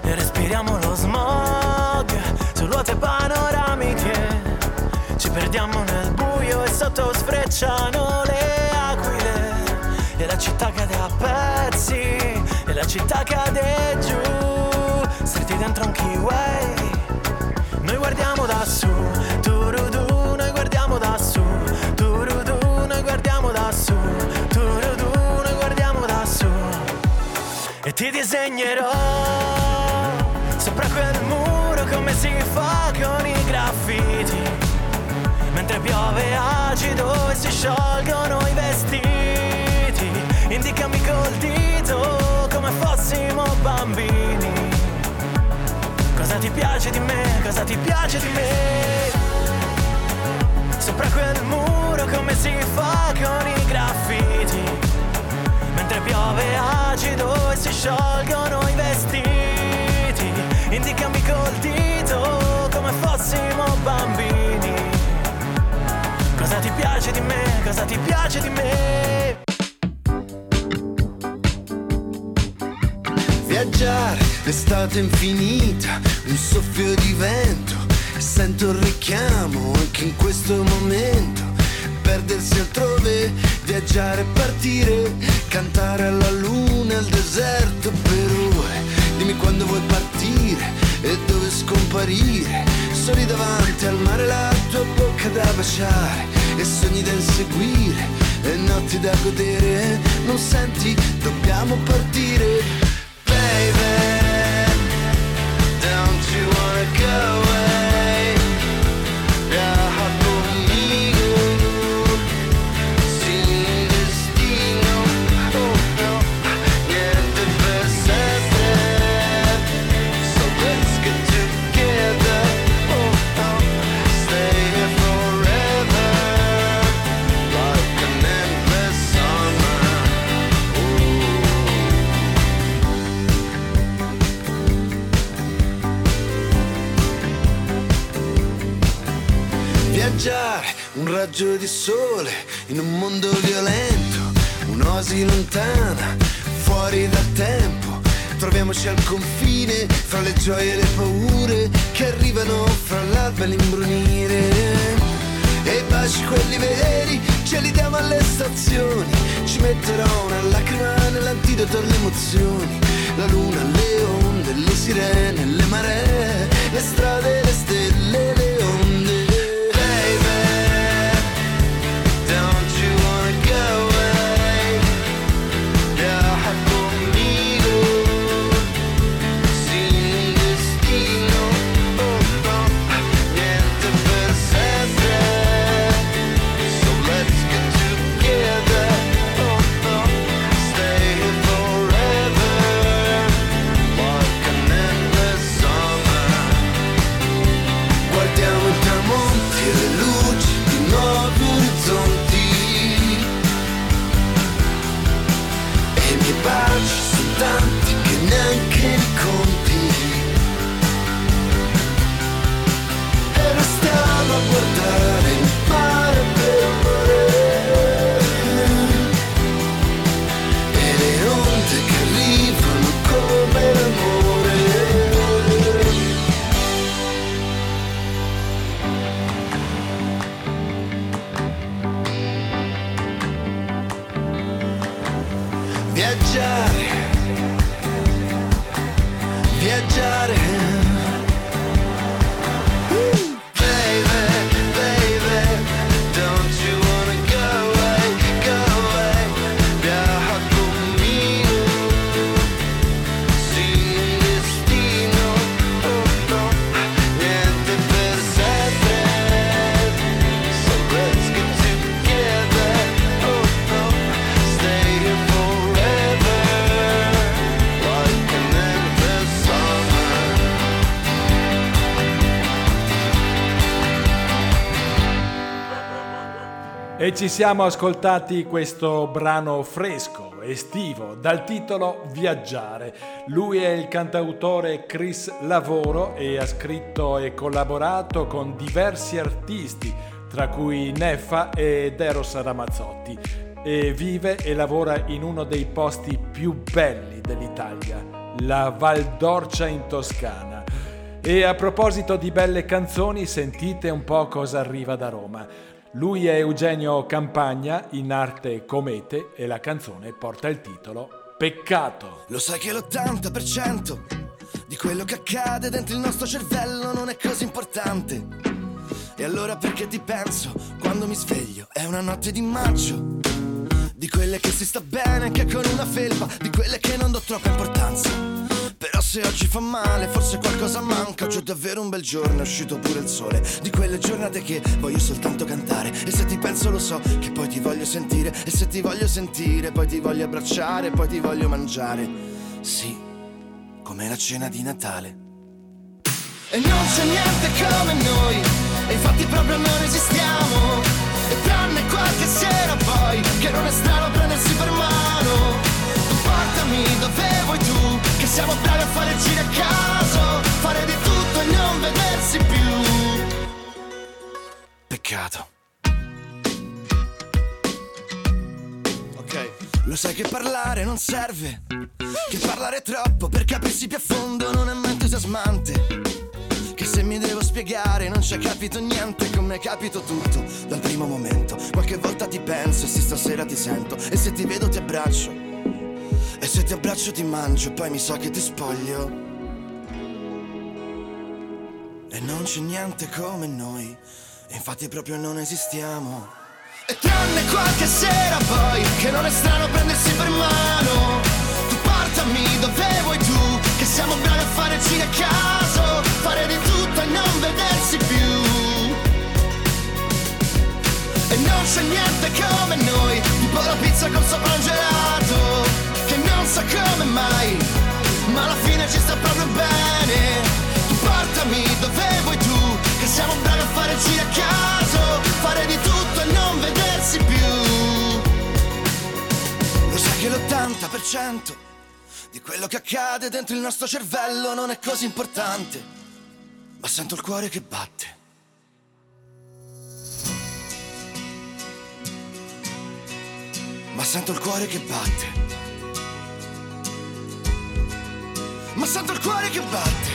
e respiriamo lo smog su ruote panoramiche. Ci perdiamo nel buio e sotto sfrecciano le aquile e la città cade a pezzi e la città cade giù, stretti dentro un keyway. Noi guardiamo da su, turudu, noi guardiamo da su, turudu, noi guardiamo da su, turudu, noi guardiamo da su. E ti disegnerò sopra quel muro come si fa con i graffiti, mentre piove acido e si sciolgono i vestiti. Indicami col dito come fossimo bambini. Cosa ti piace di me? Cosa ti piace di me? Sopra quel muro come si fa con i graffiti, mentre piove acido e si sciolgono i vestiti. Indicami col dito come fossimo bambini. Cosa ti piace di me? Cosa ti piace di me?
Viaggiare, l'estate infinita, un soffio di vento, sento il richiamo anche in questo momento. Perdersi altrove, viaggiare, partire, cantare alla luna, al deserto per ore. Dimmi quando vuoi partire e dove scomparire. Soli davanti al mare, la tua bocca da baciare e sogni da inseguire e notti da godere. Non senti, dobbiamo partire. Baby, don't you wanna go away? Viaja conmigo, sin destino, oh no, niente per sempre. So let's get together, oh no, stay here forever, like an endless summer. Viaggiare, un raggio di sole in un mondo violento, un'oasi lontana, fuori dal tempo. Troviamoci al confine fra le gioie e le paure che arrivano fra l'alba e l'imbrunire. E i baci quelli veri ce li diamo alle stazioni. Ci metterò una lacrima nell'antidoto alle emozioni. La luna, le onde, le sirene, le maree, le strade, le stelle, le onde. Tanti che neanche li conti e restiamo a guardare il mare per amore e le onde che arrivano come l'amore. Viaggiare, viaggiare. Baby, baby, don't you wanna go away, go away. Viaja conmigo, sin destino, oh no, niente per sempre. So let's get together, oh no, stay here forever, like an endless summer.
E ci siamo ascoltati questo brano fresco, estivo, dal titolo Viaggiare. Lui è il cantautore Chris Lavoro e ha scritto e collaborato con diversi artisti, tra cui Neffa ed Eros Ramazzotti, e vive e lavora in uno dei posti più belli dell'Italia, la Val d'Orcia in Toscana. E a proposito di belle canzoni, sentite un po' cosa arriva da Roma. Lui è Eugenio Campagna, in arte Comete, e la canzone porta il titolo Peccato.
Lo sai che l'80% di quello che accade dentro il nostro cervello non è così importante. E allora perché ti penso quando mi sveglio? È una notte di maggio, di quelle che si sta bene anche con una felpa, di quelle che non do troppa importanza. Però se oggi fa male forse qualcosa manca. Oggi è davvero un bel giorno, è uscito pure il sole. Di quelle giornate che voglio soltanto cantare. E se ti penso lo so che poi ti voglio sentire. E se ti voglio sentire poi ti voglio abbracciare. Poi ti voglio mangiare, sì, come la cena di Natale. E non c'è niente come noi, e infatti proprio non esistiamo. E tranne qualche sera poi, che non è strano prendersi per mano. Tu portami dove vuoi tu, che siamo bravi a fare giri a caso, fare di tutto e non vedersi più. Peccato. Ok. Lo sai che parlare non serve, che parlare troppo per capirsi più a fondo non è mai entusiasmante. Che se mi devo spiegare non ci hai capito niente, come capito tutto dal primo momento. Qualche volta ti penso e se stasera ti sento, e se ti vedo ti abbraccio, e se ti abbraccio ti mangio, poi mi sa che ti spoglio. E non c'è niente come noi, e infatti proprio non esistiamo. E tranne qualche sera poi, che non è strano prendersi per mano. Tu portami dove vuoi tu, che siamo bravi a fare giri a caso, fare di tutto e non vedersi più. E non c'è niente come noi, tipo la pizza con sopra un gelato, che non so come mai, ma alla fine ci sta proprio bene. Tu portami dove vuoi tu, che siamo bravi a fare giri a caso, fare di tutto e non vedersi più. Lo sai che l'80% di quello che accade dentro il nostro cervello non è così importante, ma sento il cuore che batte. Ma sento il cuore che batte. Ma sento il cuore che batte.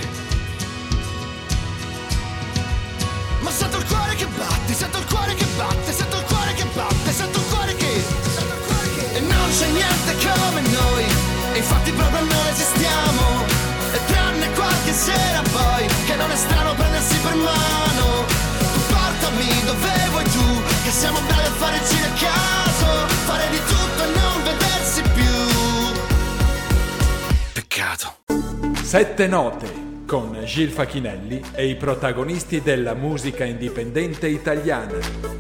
Ma sento il cuore che batte, sento il cuore che batte, sento il cuore che batte, sento il cuore che... E non c'è niente come noi, e infatti proprio non esistiamo. E tranne qualche sera poi, che non è strano prendersi per mano. Tu portami dove vuoi tu, che siamo bravi a fare giri a caso, fare di tutto e non vedersi più. Peccato.
Sette note con Gil Facchinelli e i protagonisti della musica indipendente italiana.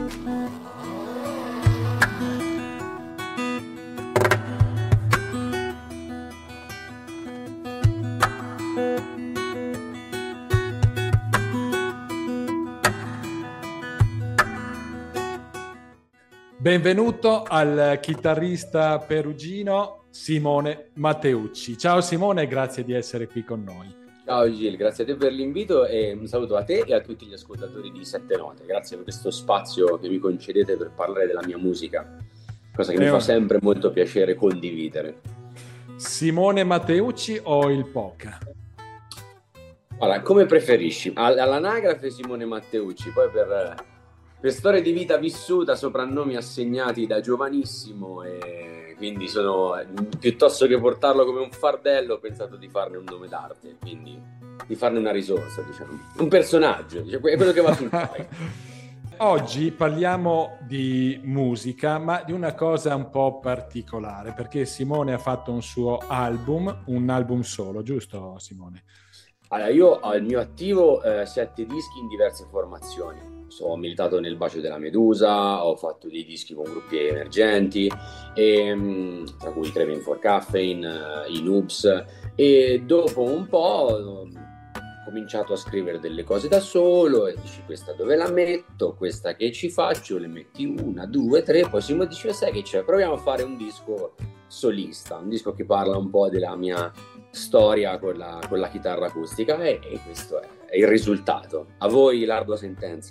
Benvenuto al chitarrista perugino Simone Matteucci. Ciao Simone, grazie di essere qui con noi.
Ciao Gil, grazie a te per l'invito e un saluto a te e a tutti gli ascoltatori di Sette Note. Grazie per questo spazio che mi concedete per parlare della mia musica, cosa che mi fa sempre molto piacere condividere.
Simone Matteucci o il Poca?
Allora, come preferisci? All'anagrafe Simone Matteucci, poi per storia di vita vissuta, soprannomi assegnati da giovanissimo, e quindi sono, piuttosto che portarlo come un fardello, ho pensato di farne un nome d'arte, quindi di farne una risorsa, diciamo, un personaggio, diciamo, è quello che va sul palco.
Oggi parliamo di musica, ma di una cosa un po' particolare, perché Simone ha fatto un suo album, un album solo, giusto Simone?
Allora, io ho al mio attivo 7 dischi in diverse formazioni. Ho militato nel Bacio della Medusa, ho fatto dei dischi con gruppi emergenti, tra cui Craving for Caffeine, i Noobs, e dopo un po' ho cominciato a scrivere delle cose da solo e dici: questa dove la metto, questa che ci faccio, le metti 1, 2, 3, poi Simone dice: sai che c'è, proviamo a fare un disco solista, un disco che parla un po' della mia storia con la chitarra acustica, e questo è il risultato. A voi l'ardua sentenza.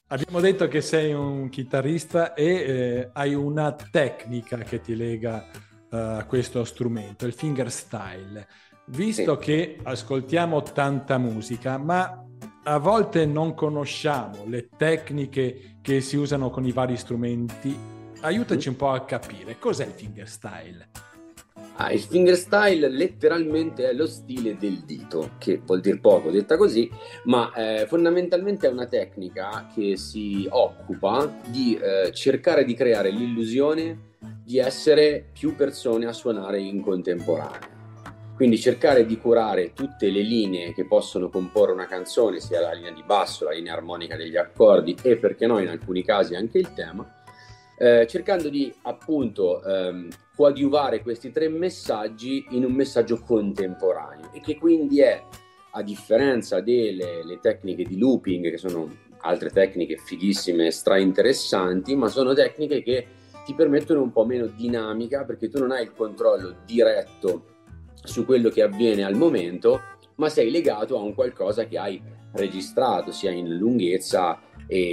Abbiamo detto che sei un chitarrista e hai una tecnica che ti lega a questo strumento, il fingerstyle. Visto che ascoltiamo tanta musica, ma a volte non conosciamo le tecniche che si usano con i vari strumenti, aiutaci un po' a capire cos'è il fingerstyle.
Il fingerstyle letteralmente è lo stile del dito, che vuol dire poco detta così, ma fondamentalmente è una tecnica che si occupa di cercare di creare l'illusione di essere più persone a suonare in contemporanea. Quindi cercare di curare tutte le linee che possono comporre una canzone, sia la linea di basso, la linea armonica degli accordi e, perché no, in alcuni casi anche il tema, cercando di appunto coadiuvare questi tre messaggi in un messaggio contemporaneo, e che quindi è, a differenza delle tecniche di looping, che sono altre tecniche fighissime, strainteressanti, ma sono tecniche che ti permettono un po' meno dinamica, perché tu non hai il controllo diretto su quello che avviene al momento, ma sei legato a un qualcosa che hai registrato sia in lunghezza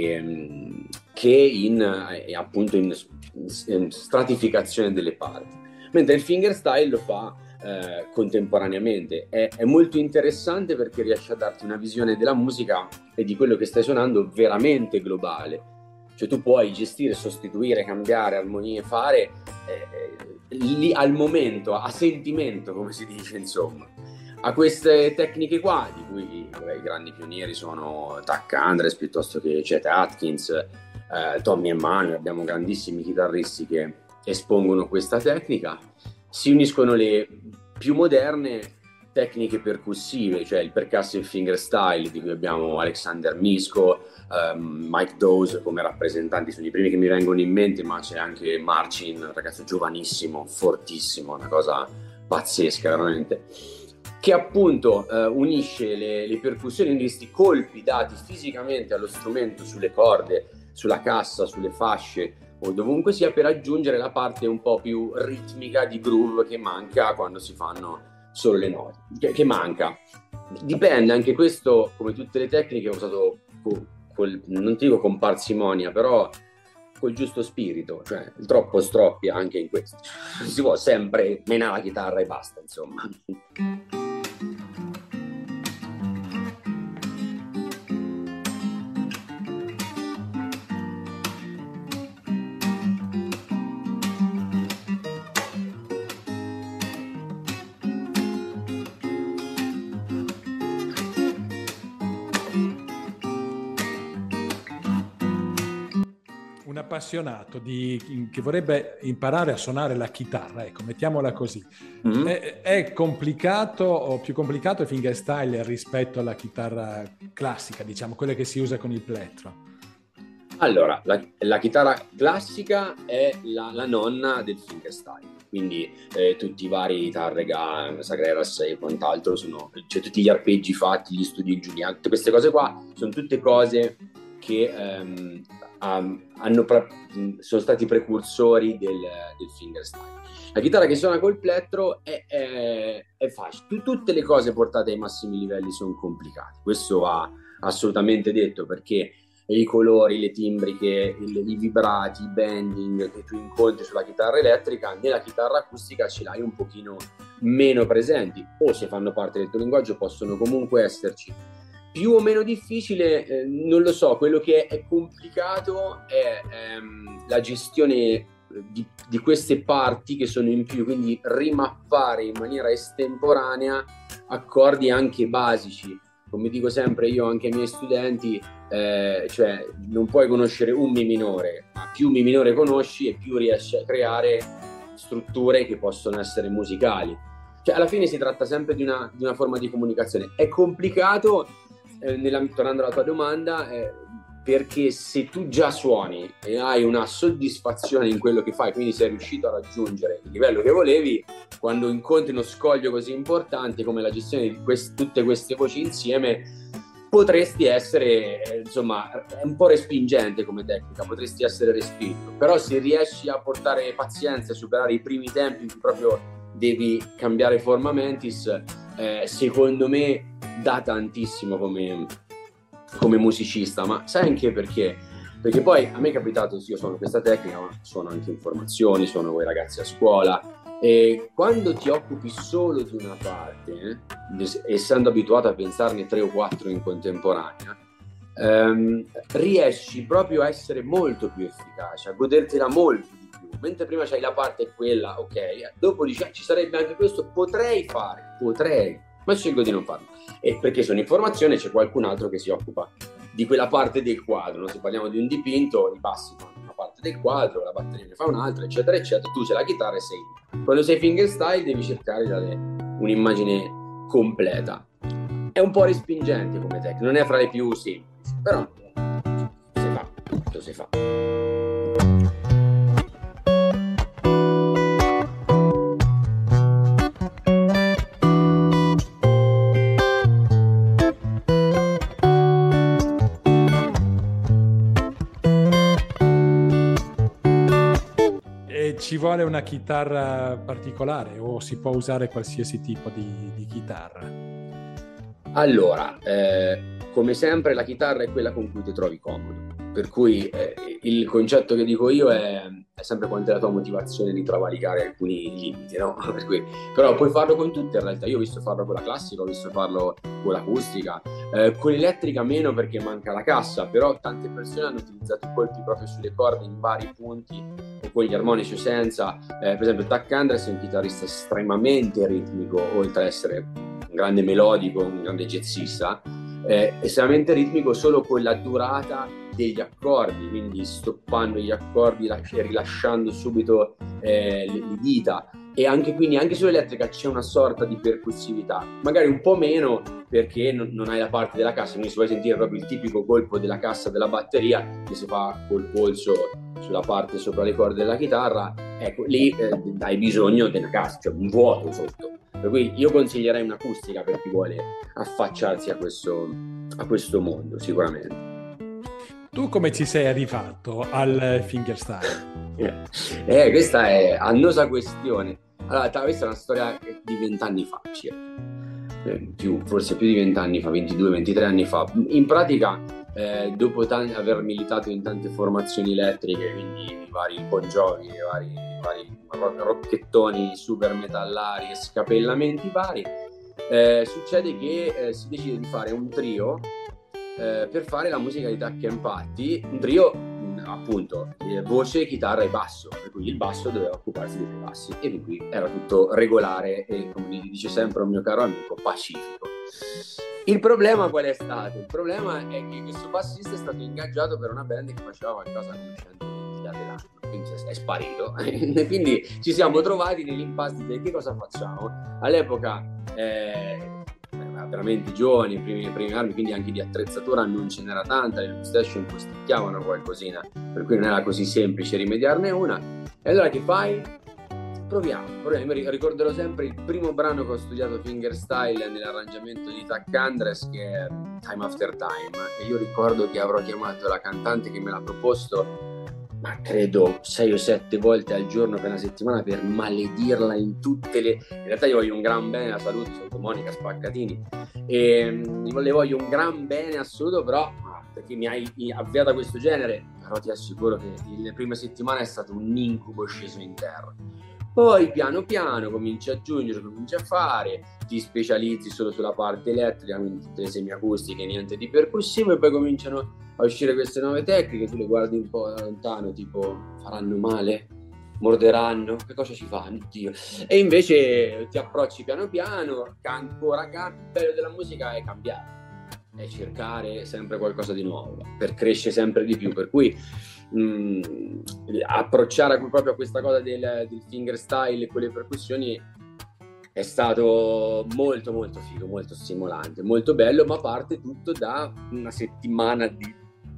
che appunto in stratificazione delle parti, mentre il fingerstyle lo fa contemporaneamente. È molto interessante perché riesce a darti una visione della musica e di quello che stai suonando veramente globale, cioè tu puoi gestire, sostituire, cambiare armonie, fare lì al momento, a sentimento, come si dice, insomma. A queste tecniche qua, di cui i grandi pionieri sono Tuck Andres piuttosto che Chet Atkins, Tommy Emmanuel, abbiamo grandissimi chitarristi che espongono questa tecnica, si uniscono le più moderne tecniche percussive, cioè il percussive fingerstyle, di cui abbiamo Alexander Misko, Mike Dawes come rappresentanti, sono i primi che mi vengono in mente, ma c'è anche Marcin, un ragazzo giovanissimo, fortissimo, una cosa pazzesca veramente, che appunto unisce le percussioni, questi colpi dati fisicamente allo strumento, sulle corde, sulla cassa, sulle fasce o dovunque sia, per aggiungere la parte un po' più ritmica di groove che manca quando si fanno solo le note, che manca. Dipende, anche questo, come tutte le tecniche, ho usato non ti dico con parsimonia, però col giusto spirito, cioè il troppo stroppia anche in questo. Non si può sempre menare la chitarra e basta, insomma.
Appassionato che vorrebbe imparare a suonare la chitarra, ecco, mettiamola così. È complicato o più complicato il fingerstyle rispetto alla chitarra classica, diciamo, quella che si usa con il plettro?
Allora, la chitarra classica è la nonna del fingerstyle, quindi tutti i vari Tarrega, Sagreras e quant'altro cioè tutti gli arpeggi fatti, gli studi giuliani, tutte queste cose qua sono tutte cose che sono stati precursori del fingerstyle. La chitarra che suona col plettro è facile. Tutte le cose portate ai massimi livelli sono complicate, questo va assolutamente detto, perché i colori, le timbriche, i vibrati, i bending che tu incontri sulla chitarra elettrica, nella chitarra acustica ce l'hai un pochino meno presenti, o se fanno parte del tuo linguaggio possono comunque esserci. Più o meno difficile, non lo so, quello che è complicato è la gestione di queste parti che sono in più, quindi rimappare in maniera estemporanea accordi anche basici. Come dico sempre io anche ai miei studenti, cioè non puoi conoscere un Mi minore, ma più Mi minore conosci e più riesci a creare strutture che possono essere musicali. Cioè alla fine si tratta sempre di una forma di comunicazione. È complicato, tornando alla tua domanda, perché se tu già suoni e hai una soddisfazione in quello che fai, quindi sei riuscito a raggiungere il livello che volevi, quando incontri uno scoglio così importante come la gestione di tutte queste voci insieme, potresti essere, insomma, è un po' respingente come tecnica, potresti essere respinto, però se riesci a portare pazienza e superare i primi tempi in cui proprio devi cambiare forma mentis, secondo me dà tantissimo come musicista, ma sai anche perché? Perché poi a me è capitato, io suono questa tecnica, ma suono anche informazioni, suono con i ragazzi a scuola, e quando ti occupi solo di una parte, essendo abituato a pensarne 3 o 4 in contemporanea, riesci proprio a essere molto più efficace, a godertela molto di più. Mentre prima c'hai la parte quella, ok, dopo dici ci sarebbe anche questo, potrei, ma scelgo di non farlo. E perché sono informazione, c'è qualcun altro che si occupa di quella parte del quadro, no? Se parliamo di un dipinto, i bassi fanno una parte del quadro, la batteria ne fa un'altra, eccetera eccetera, tu c'è la chitarra e sei lì. Quando sei fingerstyle devi cercare di dare un'immagine completa. È un po' respingente come tecnica, non è fra le più semplici, però si fa.
Ci vuole una chitarra particolare o si può usare qualsiasi tipo di chitarra?
Allora, come sempre la chitarra è quella con cui ti trovi comodo, per cui il concetto che dico io è sempre quanto è la tua motivazione di travalicare alcuni limiti, no? Per cui, però puoi farlo con tutte in realtà. Io ho visto farlo con la classica, ho visto farlo con l'acustica, con l'elettrica meno perché manca la cassa, però tante persone hanno utilizzato i colpi proprio sulle corde in vari punti o con gli armonici o senza. Per esempio Tuck Andres è un chitarrista estremamente ritmico, oltre ad essere un grande melodico, un grande jazzista, estremamente ritmico solo con la durata degli accordi, quindi stoppando gli accordi e rilasciando subito le dita, e anche quindi anche sull'elettrica c'è una sorta di percussività, magari un po' meno perché non hai la parte della cassa, quindi se vuoi sentire proprio il tipico colpo della cassa della batteria che si fa col polso sulla parte sopra le corde della chitarra, ecco lì hai bisogno della cassa, cioè un vuoto sotto. Per cui io consiglierei un'acustica per chi vuole affacciarsi a questo mondo, sicuramente.
Tu come ci sei arrivato al fingerstyle?
Questa è annosa questione. Allora, questa è una storia di 20 anni fa, circa. Forse più di 20 anni fa, 22-23 anni fa. In pratica, dopo aver militato in tante formazioni elettriche, quindi i vari Bon Jovi, i vari rocchettoni super metallari e scapellamenti vari, succede che si decide di fare un trio per fare la musica di Tuck and Patti, un trio appunto voce, chitarra e basso, per cui il basso doveva occuparsi dei bassi e per cui era tutto regolare e, come dice sempre un mio caro amico, pacifico. Il problema qual è stato? Il problema è che questo bassista è stato ingaggiato per una band che faceva qualcosa di 120 l'anno, quindi è sparito e quindi ci siamo trovati nell'impasse di che cosa facciamo. All'epoca veramente giovani, i primi anni, quindi anche di attrezzatura non ce n'era tanta, le loop station costicchiavano qualcosina, per cui non era così semplice rimediarne una. E allora che fai? Proviamo. Io mi ricorderò sempre il primo brano che ho studiato fingerstyle nell'arrangiamento di Tuck Andres, che è Time After Time, e io ricordo che avrò chiamato la cantante che me l'ha proposto, ma credo 6 o 7 volte al giorno per una settimana, per maledirla in tutte le... In realtà io voglio un gran bene, la saluto Monica Spaccatini, e le voglio un gran bene assoluto, però perché mi hai avviato a questo genere, però ti assicuro che le prime settimane è stato un incubo sceso in terra. Poi piano piano cominci a aggiungere, cominci a fare, ti specializzi solo sulla parte elettrica, quindi tutte le semiacustiche, niente di percussivo, e poi cominciano a uscire queste nuove tecniche, tu le guardi un po' da lontano, tipo faranno male, morderanno, che cosa ci fanno, Dio? E invece ti approcci piano piano, il bello della musica è cambiare, è cercare sempre qualcosa di nuovo, per crescere sempre di più, per cui approcciare proprio a questa cosa del fingerstyle con le percussioni è stato molto molto figo, molto stimolante, molto bello, ma parte tutto da una settimana di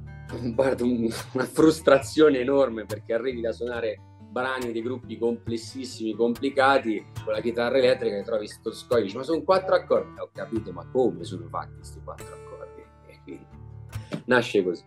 una frustrazione enorme, perché arrivi da suonare brani di gruppi complessissimi, complicati, con la chitarra elettrica e trovi sto scoglio, dici, ma sono 4 accordi, ho capito, ma come sono fatti questi 4 accordi? E quindi nasce così.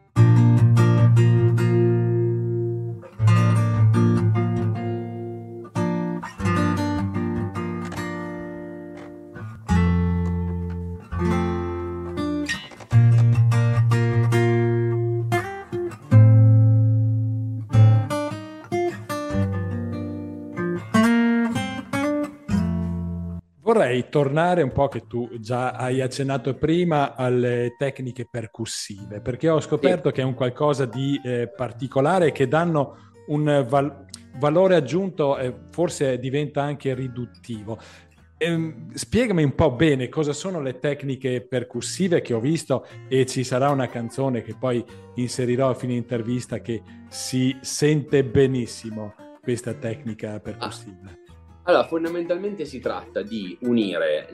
Vorrei tornare un po', che tu già hai accennato prima, alle tecniche percussive, perché ho scoperto che è un qualcosa di particolare, che danno un valore aggiunto, forse diventa anche riduttivo. Spiegami un po' bene cosa sono le tecniche percussive che ho visto, e ci sarà una canzone che poi inserirò a fine intervista che si sente benissimo questa tecnica percussiva.
Allora, fondamentalmente si tratta di unire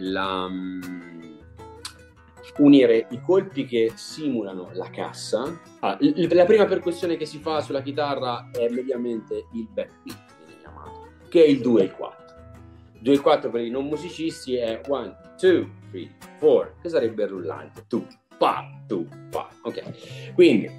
i colpi che simulano la cassa. La prima percussione che si fa sulla chitarra è mediamente il backbeat, viene chiamato, che è il 2 e il 4. 2 e 4 per i non musicisti è 1, 2, 3, 4, che sarebbe il rullante. Tu, pa, ok. Quindi,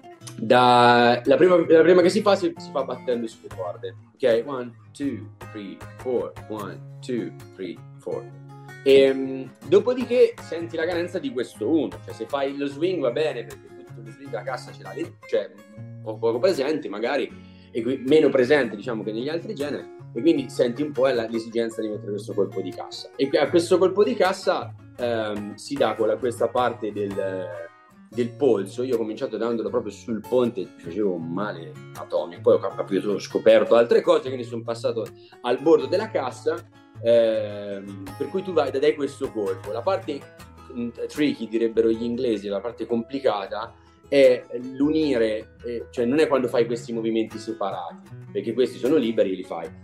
la prima che si fa battendo sulle corde. Ok, 1, 2, 3, 4, 1, 2, 3, 4. E dopodiché senti la cadenza di questo 1. Cioè, se fai lo swing va bene, perché tutto lo swing la cassa ce l'ha lì, cioè poco presente magari, e meno presente, diciamo, che negli altri generi. E quindi senti un po' l'esigenza di mettere questo colpo di cassa, e a questo colpo di cassa si dà questa parte del polso. Io ho cominciato dandolo proprio sul ponte, facevo un male atomico, poi ho scoperto altre cose, quindi sono passato al bordo della cassa, per cui tu dai questo colpo. La parte tricky, direbbero gli inglesi, la parte complicata è l'unire, cioè non è quando fai questi movimenti separati, perché questi sono liberi e li fai.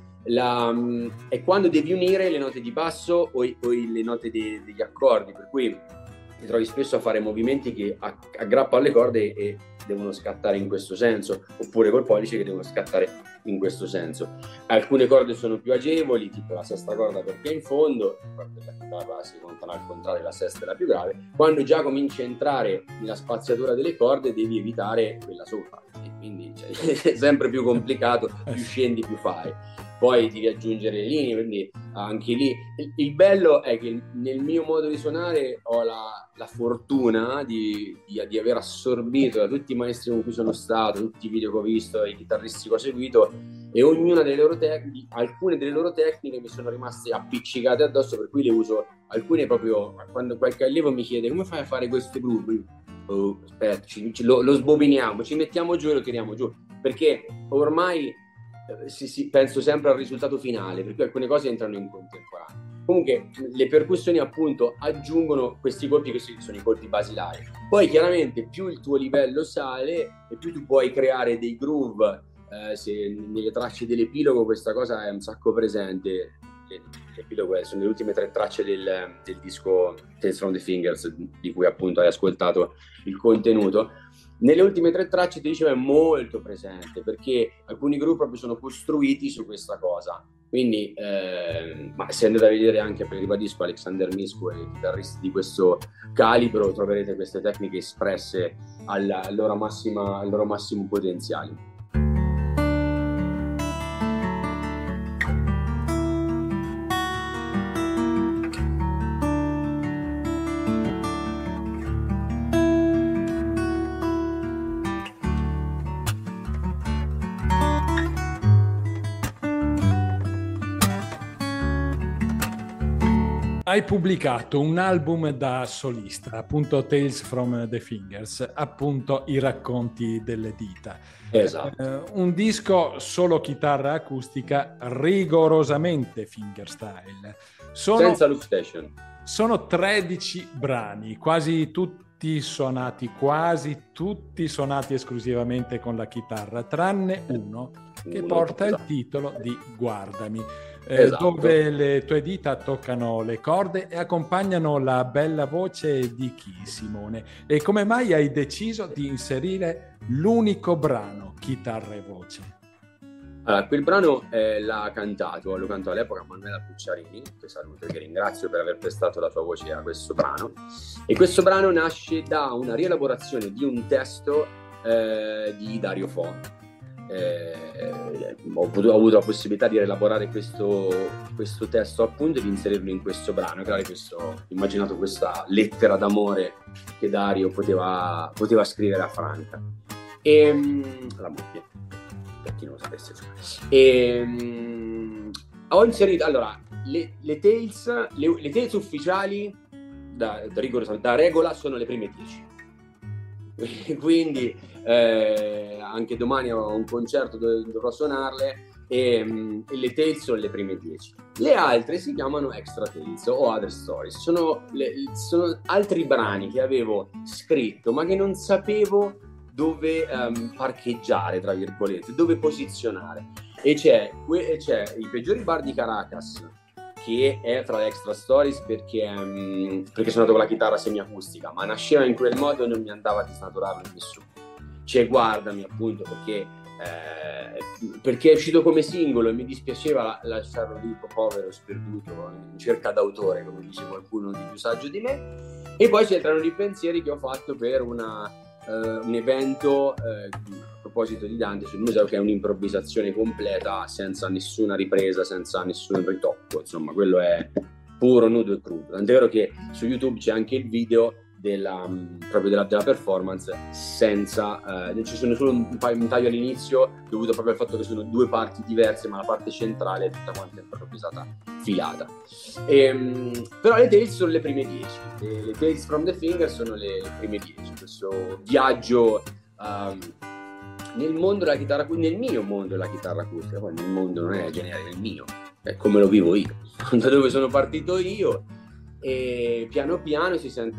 È quando devi unire le note di basso o le note degli accordi, per cui ti trovi spesso a fare movimenti che aggrappano le corde e devono scattare in questo senso, oppure col pollice che devono scattare in questo senso. Alcune corde sono più agevoli, tipo la sesta corda perché è in fondo, le corde della chitarra si contano al contrario, la sesta è la più grave. Quando già cominci a entrare nella spaziatura delle corde devi evitare quella sopra, e quindi è sempre più complicato, più scendi più fai. Poi devi aggiungere le linee, quindi anche lì il bello è che nel mio modo di suonare ho la fortuna di aver assorbito da tutti i maestri con cui sono stato, tutti i video che ho visto, i chitarristi che ho seguito, e ognuna delle loro tecniche, alcune delle loro tecniche mi sono rimaste appiccicate addosso, per cui le uso. Alcune proprio, quando qualche allievo mi chiede come fai a fare questo groove, aspetta, lo sbobiniamo, ci mettiamo giù e lo tiriamo giù, perché ormai penso sempre al risultato finale, per cui alcune cose entrano in contemporanea. Comunque le percussioni appunto aggiungono questi colpi, che sono i colpi basilari. Poi chiaramente più il tuo livello sale e più tu puoi creare dei groove. Se nelle tracce dell'epilogo questa cosa è un sacco presente. L'epilogo sono le ultime 3 tracce del disco Tales from the Fingers, di cui appunto hai ascoltato il contenuto. Nelle ultime 3 tracce, ti dicevo, è molto presente, perché alcuni gruppi proprio sono costruiti su questa cosa. Quindi ma se andate a vedere anche, per ribadisco, Alexander Misko e i chitarristi di questo calibro, troverete queste tecniche espresse al loro massimo potenziale.
Hai pubblicato un album da solista, appunto Tales from the Fingers, appunto i racconti delle dita.
Esatto.
Un disco solo chitarra acustica, rigorosamente fingerstyle.
Senza loop station.
Sono 13 brani, quasi tutti suonati esclusivamente con la chitarra, tranne uno che porta il titolo di Guardami.
Esatto.
Dove le tue dita toccano le corde e accompagnano la bella voce di chi, Simone? E come mai hai deciso di inserire l'unico brano chitarra e voce?
Allora, quel brano l'ho cantato all'epoca Manuela Pucciarini, che saluto e che ringrazio per aver prestato la sua voce a questo brano. E questo brano nasce da una rielaborazione di un testo di Dario Fo. Ho avuto la possibilità di rielaborare questo testo appunto e di inserirlo in questo brano, creare immaginato questa lettera d'amore che Dario poteva scrivere a Franca, la moglie, per chi non lo sapesse. Ho inserito, allora, le Tales ufficiali da regola sono le prime 10. Quindi anche domani ho un concerto dove dovrò suonarle e le Tales sono le prime 10. Le altre si chiamano Extra Tales o Other Stories, sono altri brani che avevo scritto ma che non sapevo dove parcheggiare, tra virgolette, dove posizionare. E c'è I peggiori bar di Caracas, che è tra le Extra Stories perché sono andato con la chitarra semiacustica, ma nasceva in quel modo e non mi andava di snaturarlo in nessuno. C'è Guardami, appunto, perché è uscito come singolo e mi dispiaceva lasciarlo lì povero, sperduto, in cerca d'autore, come dice qualcuno di più saggio di me. E poi c'entrano i pensieri che ho fatto per un evento a proposito di Dante sul museo, che è un'improvvisazione completa, senza nessuna ripresa, senza nessun ritocco, insomma quello è puro, nudo e crudo. Tant'è vero che su YouTube c'è anche il video proprio della performance senza ci sono solo un taglio all'inizio dovuto proprio al fatto che sono due parti diverse, ma la parte centrale è tutta quanta improvvisata, filata. Però le Tales sono le prime 10, le Tales from the Finger sono le prime 10, questo viaggio nel mondo della chitarra, nel mio mondo della chitarra acustica. Poi nel mondo non è generico, è il mio, è come lo vivo io, da dove sono partito io. E piano piano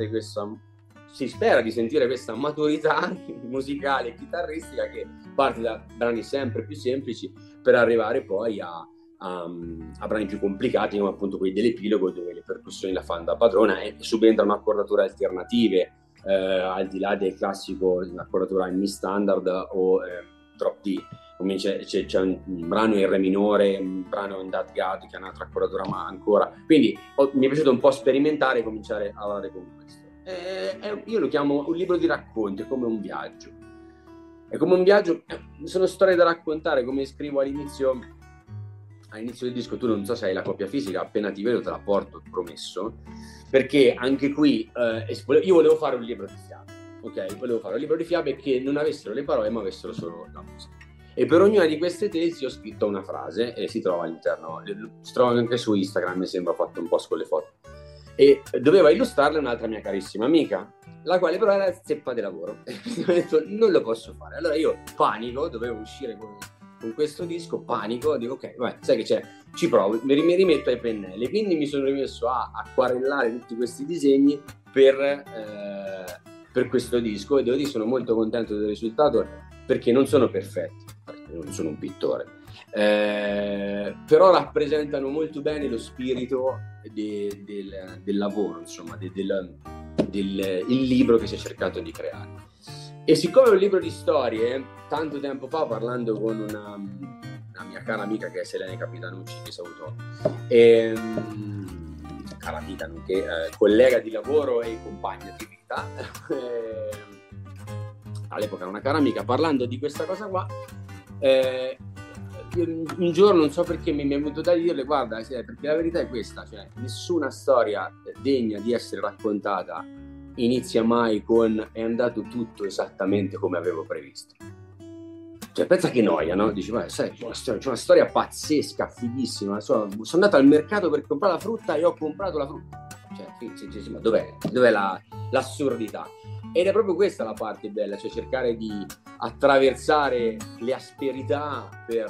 si spera di sentire questa maturità musicale e chitarristica che parte da brani sempre più semplici per arrivare poi a brani più complicati, come appunto quelli dell'epilogo, dove le percussioni la fanno da padrona e subentrano accordature alternative, al di là del classico accordatura in Mi standard o drop D. C'è un brano in Re minore, un brano in That God che è un'altra accordatura, ma ancora. Quindi mi è piaciuto un po' sperimentare e cominciare a lavorare con questo. Io lo chiamo un libro di racconti, è come un viaggio. È come un viaggio, sono storie da raccontare, come scrivo all'inizio del disco. Tu non so se hai la copia fisica, appena ti vedo te la porto, promesso, perché anche qui io volevo fare un libro di fiabe, ok? Volevo fare un libro di fiabe che non avessero le parole ma avessero solo la musica. E per ognuna di queste tesi ho scritto una frase e si trova all'interno, si trova anche su Instagram, mi sembra, ho fatto un post con le foto. E doveva illustrarle un'altra mia carissima amica, la quale però era zeppa di lavoro. Ho detto non lo posso fare. Allora io panico, dovevo uscire con questo disco, panico, dico ok, vabbè, sai che c'è, ci provo, mi rimetto ai pennelli. Quindi mi sono rimesso a acquarellare tutti questi disegni per questo disco e devo dire sono molto contento del risultato, perché non sono perfetti, non sono un pittore, però rappresentano molto bene lo spirito del lavoro, insomma, il libro che si è cercato di creare. E siccome è un libro di storie, tanto tempo fa, parlando con una mia cara amica che è Selene Capitanucci, che saluto, cara amica, nonché collega di lavoro e compagna di vita, all'epoca era una cara amica, parlando di questa cosa qua, un giorno non so perché mi è venuto da dirle guarda, perché la verità è questa, cioè nessuna storia degna di essere raccontata inizia mai con è andato tutto esattamente come avevo previsto. Cioè pensa che noia, no? Dici ma sai, c'è una storia pazzesca, fighissima, sono andato al mercato per comprare la frutta e ho comprato la frutta, cioè ma dov'è l'assurdità? Ed è proprio questa la parte bella, cioè cercare di attraversare le asperità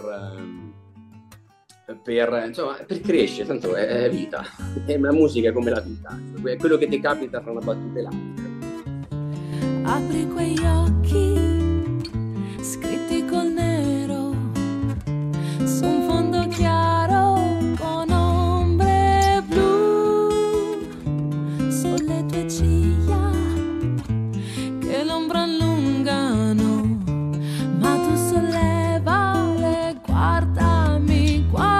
per crescere, tanto è vita, e la musica è come la vita, è quello che ti capita fra una battuta e l'altra.
Apri quegli occhi scritti col nero su un fondo chiaro con ombre blu, sulle tue ciglia che l'ombra allungano, ma tu sollevale, guardami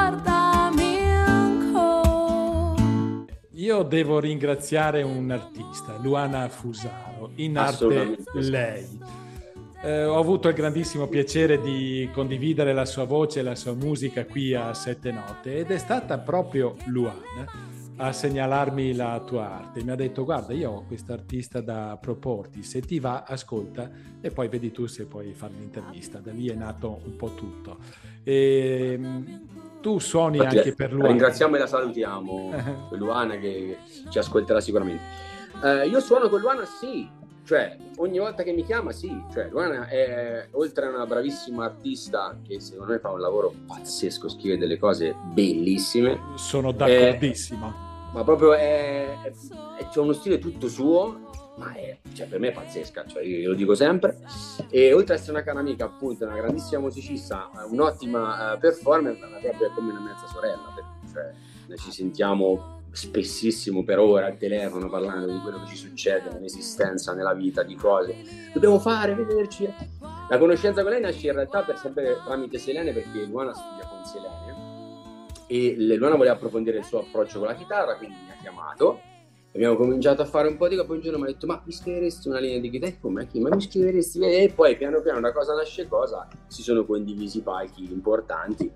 ancora.
Io devo ringraziare un artista, Luana Fusaro, in arte lei. Ho avuto il grandissimo piacere di condividere la sua voce e la sua musica qui a Sette Note, ed è stata proprio Luana a segnalarmi la tua arte. Mi ha detto guarda, io ho questo artista da proporti, se ti va ascolta e poi vedi tu se puoi fare l'intervista. Da lì è nato un po' tutto. Tu suoni
Infatti,
anche per
la
Luana.
ringraziamo e la salutiamo, Luana che ci ascolterà sicuramente. Io suono con Luana, sì, cioè ogni volta che mi chiama, sì, cioè Luana è, oltre a una bravissima artista che secondo me fa un lavoro pazzesco, scrive delle cose bellissime.
Sono d'accordissimo.
Ma proprio c'è uno stile tutto suo, ma cioè, per me è pazzesca, cioè io lo dico sempre. E oltre ad essere una cara amica, appunto, una grandissima musicista, un'ottima performer, ma proprio è come una mezza sorella, perché, cioè, noi ci sentiamo spessissimo per ore al telefono parlando di quello che ci succede nell'esistenza, nella vita, di cose dobbiamo fare, vederci. La conoscenza con lei nasce in realtà sempre tramite Selene, perché Luana studia con Selene e Luana voleva approfondire il suo approccio con la chitarra, quindi mi ha chiamato, abbiamo cominciato a fare un po' di, poi un giorno mi ha detto: ma mi scriveresti una linea di chitarra? Come? Ma mi scriveresti? E poi piano piano una cosa nasce cosa, si sono condivisi palchi importanti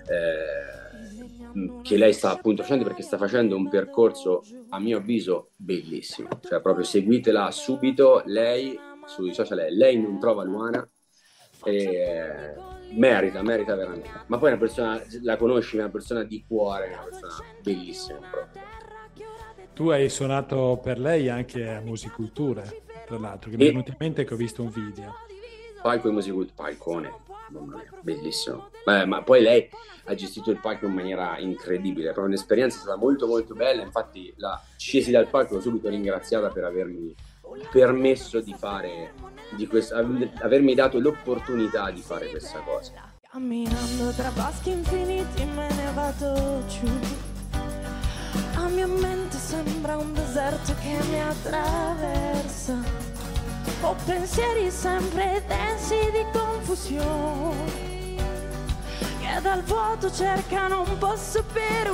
che lei sta appunto facendo, perché sta facendo un percorso a mio avviso bellissimo, cioè proprio seguitela subito, lei sui social, lei non trova Luana e merita veramente, ma poi è una persona, la conosci, è una persona di cuore, è una persona bellissima proprio.
Tu hai suonato per lei anche a Musicultura, tra l'altro, che mi è venuto in mente che ho visto un video.
Palco e Musicultura, palcone, mamma mia, bellissimo. Ma poi lei ha gestito il palco in maniera incredibile, proprio un'esperienza stata molto molto bella, infatti scesi dal palco, l'ho subito ringraziata per avermi permesso di fare di questo, avermi dato l'opportunità di fare questa cosa.
Camminando tra boschi infiniti me ne vado giù, la mia mente sembra un deserto che mi attraversa, ho pensieri sempre densi di confusione che dal vuoto cercano un posto per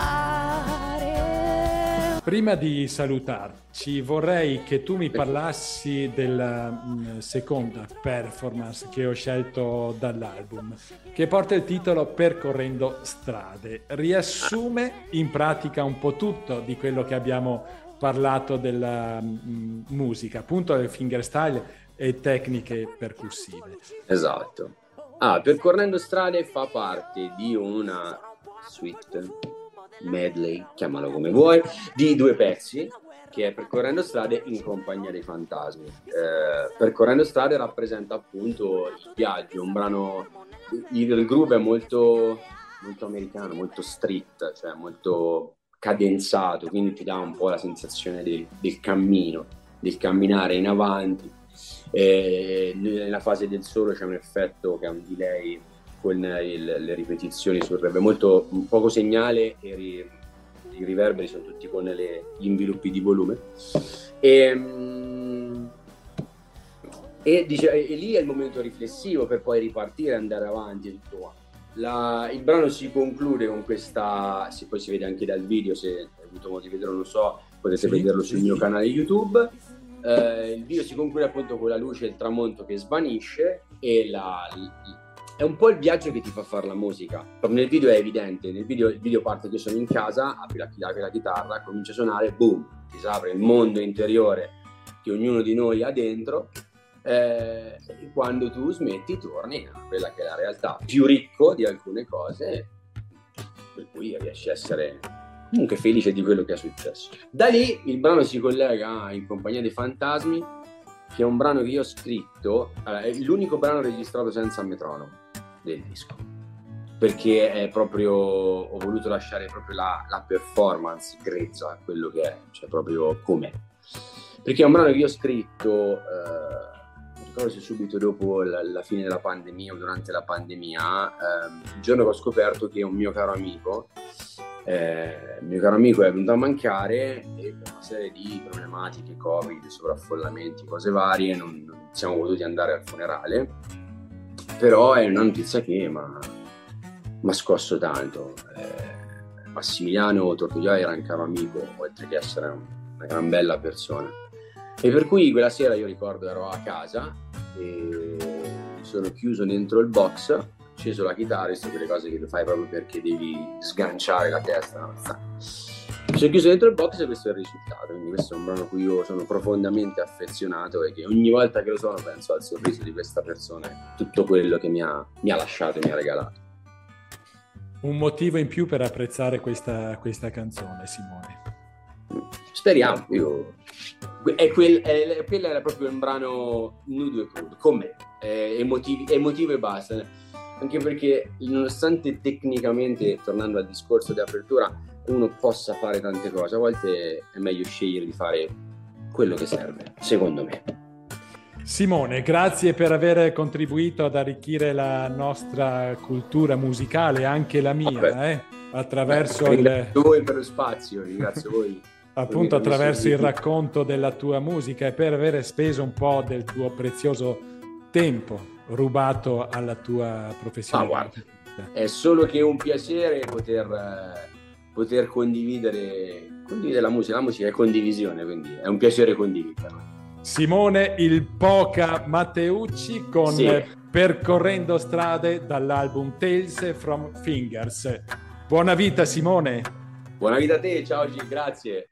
urlare.
Prima di salutarci vorrei che tu mi parlassi della seconda performance che ho scelto dall'album, che porta il titolo Percorrendo strade. Riassume in pratica un po' tutto di quello che abbiamo parlato della musica, appunto del fingerstyle e tecniche percussive.
Esatto. Percorrendo strade fa parte di una suite, medley, chiamalo come vuoi, di 2 pezzi, che è Percorrendo strade in compagnia dei fantasmi. Percorrendo strade rappresenta appunto il viaggio, un brano, il groove è molto, molto americano, molto street, cioè molto cadenzato, quindi ti dà un po' la sensazione del cammino, del camminare in avanti. Nella fase del solo c'è un effetto che è un delay con le ripetizioni sul reverb, molto poco segnale, e i riverberi sono tutti con gli inviluppi di volume e lì è il momento riflessivo per poi ripartire e andare avanti e tutto qua. Il brano si conclude con questa, poi si vede anche dal video, se hai avuto modo di vederlo, non so, potete vederlo sul mio canale YouTube. Il video si conclude appunto con la luce e il tramonto che svanisce e è un po' il viaggio che ti fa fare la musica. Nel video è evidente, il video parte che io sono in casa, apri la chitarra, comincia a suonare, boom, ti si apre il mondo interiore che ognuno di noi ha dentro, e quando tu smetti torni a quella che è la realtà, più ricco di alcune cose, per cui riesci a essere comunque felice di quello che è successo. Da lì il brano si collega a In compagnia dei fantasmi, che è un brano che io ho scritto, è l'unico brano registrato senza metronomo del disco, perché è proprio, ho voluto lasciare proprio la performance grezza a quello che è, cioè proprio com'è, perché è un brano che io ho scritto, non ricordo se subito dopo la fine della pandemia o durante la pandemia, il giorno che ho scoperto che un mio caro amico è venuto a mancare e per una serie di problematiche, Covid, sovraffollamenti, cose varie, non siamo potuti andare al funerale, però è una notizia che mi ha scosso tanto. Massimiliano Tortogliai era un caro amico, oltre che essere una gran bella persona, e per cui quella sera io ricordo ero a casa e mi sono chiuso dentro il box, acceso la chitarra, sono quelle cose che lo fai proprio perché devi sganciare la testa, no? Mi sono chiuso dentro il box e questo è il risultato, quindi questo è un brano a cui io sono profondamente affezionato e che ogni volta che lo suono penso al sorriso di questa persona, tutto quello che mi ha lasciato e mi ha regalato.
Un motivo in più per apprezzare questa canzone, Simone.
Speriamo, quello era proprio un brano nudo e crudo, con me, emotivo e basta, anche perché nonostante tecnicamente, tornando al discorso di apertura, uno possa fare tante cose, a volte è meglio scegliere di fare quello che serve, secondo me.
Simone, grazie per aver contribuito ad arricchire la nostra cultura musicale, anche la mia, attraverso
ringrazio voi per lo spazio, ringrazio voi.
Appunto attraverso il racconto della tua musica e per aver speso un po' del tuo prezioso tempo rubato alla tua professione.
Guarda, è solo che un piacere poter condividere la musica è condivisione, quindi è un piacere condividerla.
Simone il Poca Matteucci con Percorrendo strade dall'album Tales from Fingers. Buona vita, Simone.
Buona vita a te, ciao Gil, grazie.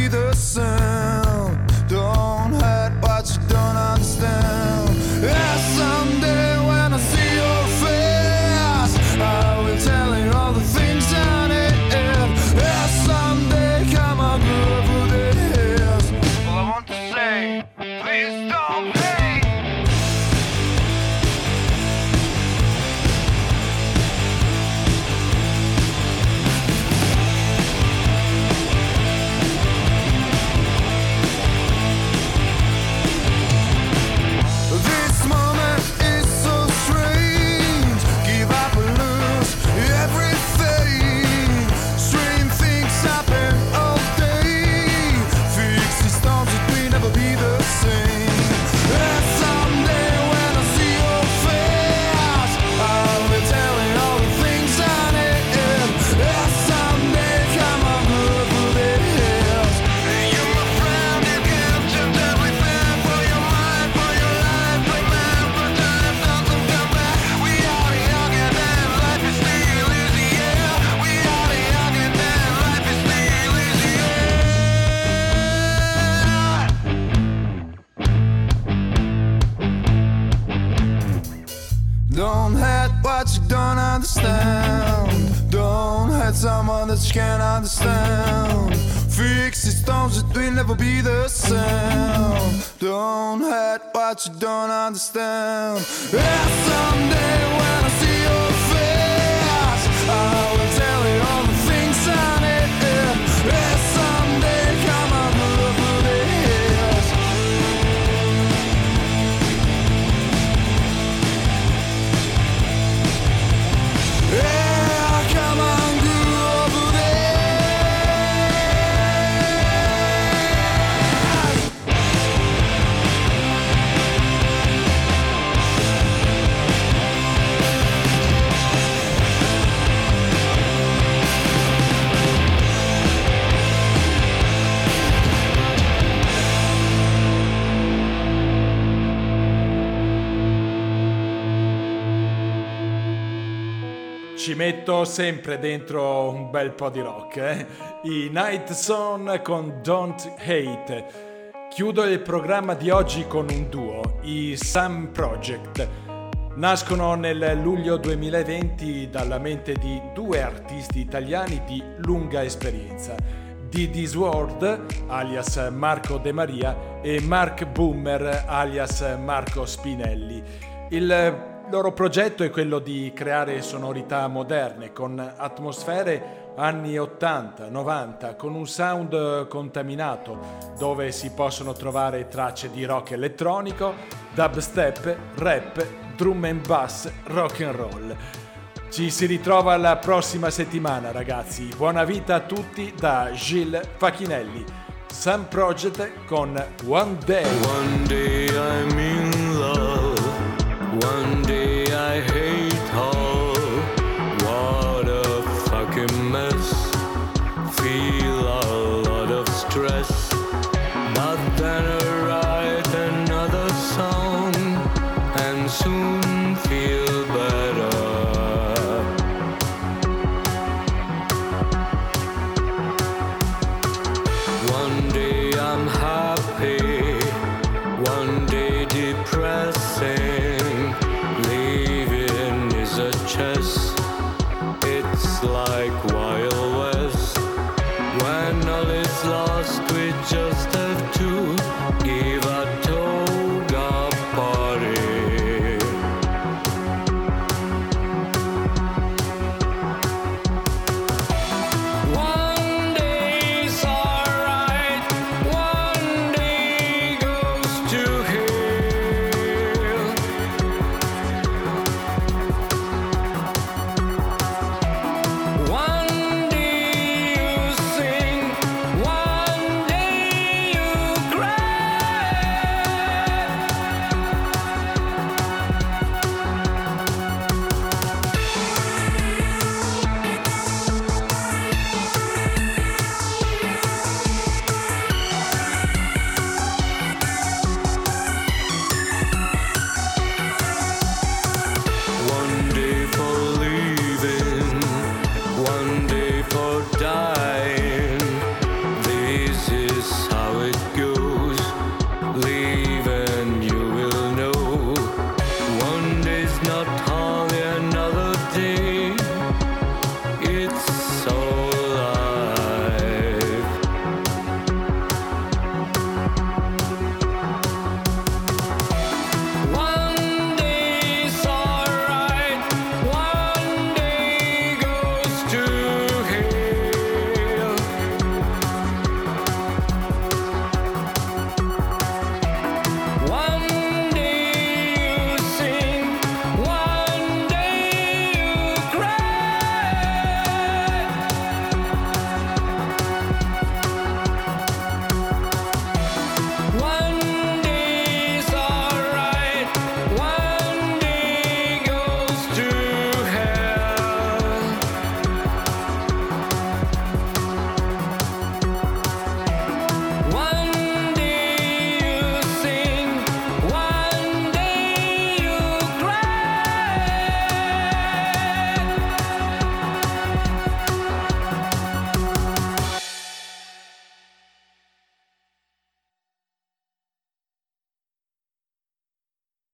the sound. Don't hide what you don't understand. Yeah, someday when I see your face, I will tell you all the things I need. Yeah, someday come on, go over the hills. All I want to say, please don't hate. Don't hate what you don't understand. Don't hate someone that you can't understand. Fix the stones, it will never be the same. Don't hate what you don't understand. Yeah, someday when I see your face, I will tell you all the things I need. Yeah, someday come on, look through the hills. Yeah, come on, go over there.
Ci metto sempre dentro un bel po' di rock, I Night Zone con Don't Hate. Chiudo il programma di oggi con un duo, i Sam Project. Nascono nel luglio 2020 dalla mente di due artisti italiani di lunga esperienza, Didi Sword, alias Marco De Maria, e Mark Boomer, alias Marco Spinelli. Il loro progetto è quello di creare sonorità moderne con atmosfere anni 80-90, con un sound contaminato dove si possono trovare tracce di rock elettronico, dubstep, rap, drum and bass, rock and roll. Ci si ritrova la prossima settimana, ragazzi. Buona vita a tutti da Gilles Facchinelli. Sam Project con One Day.
One day I'm in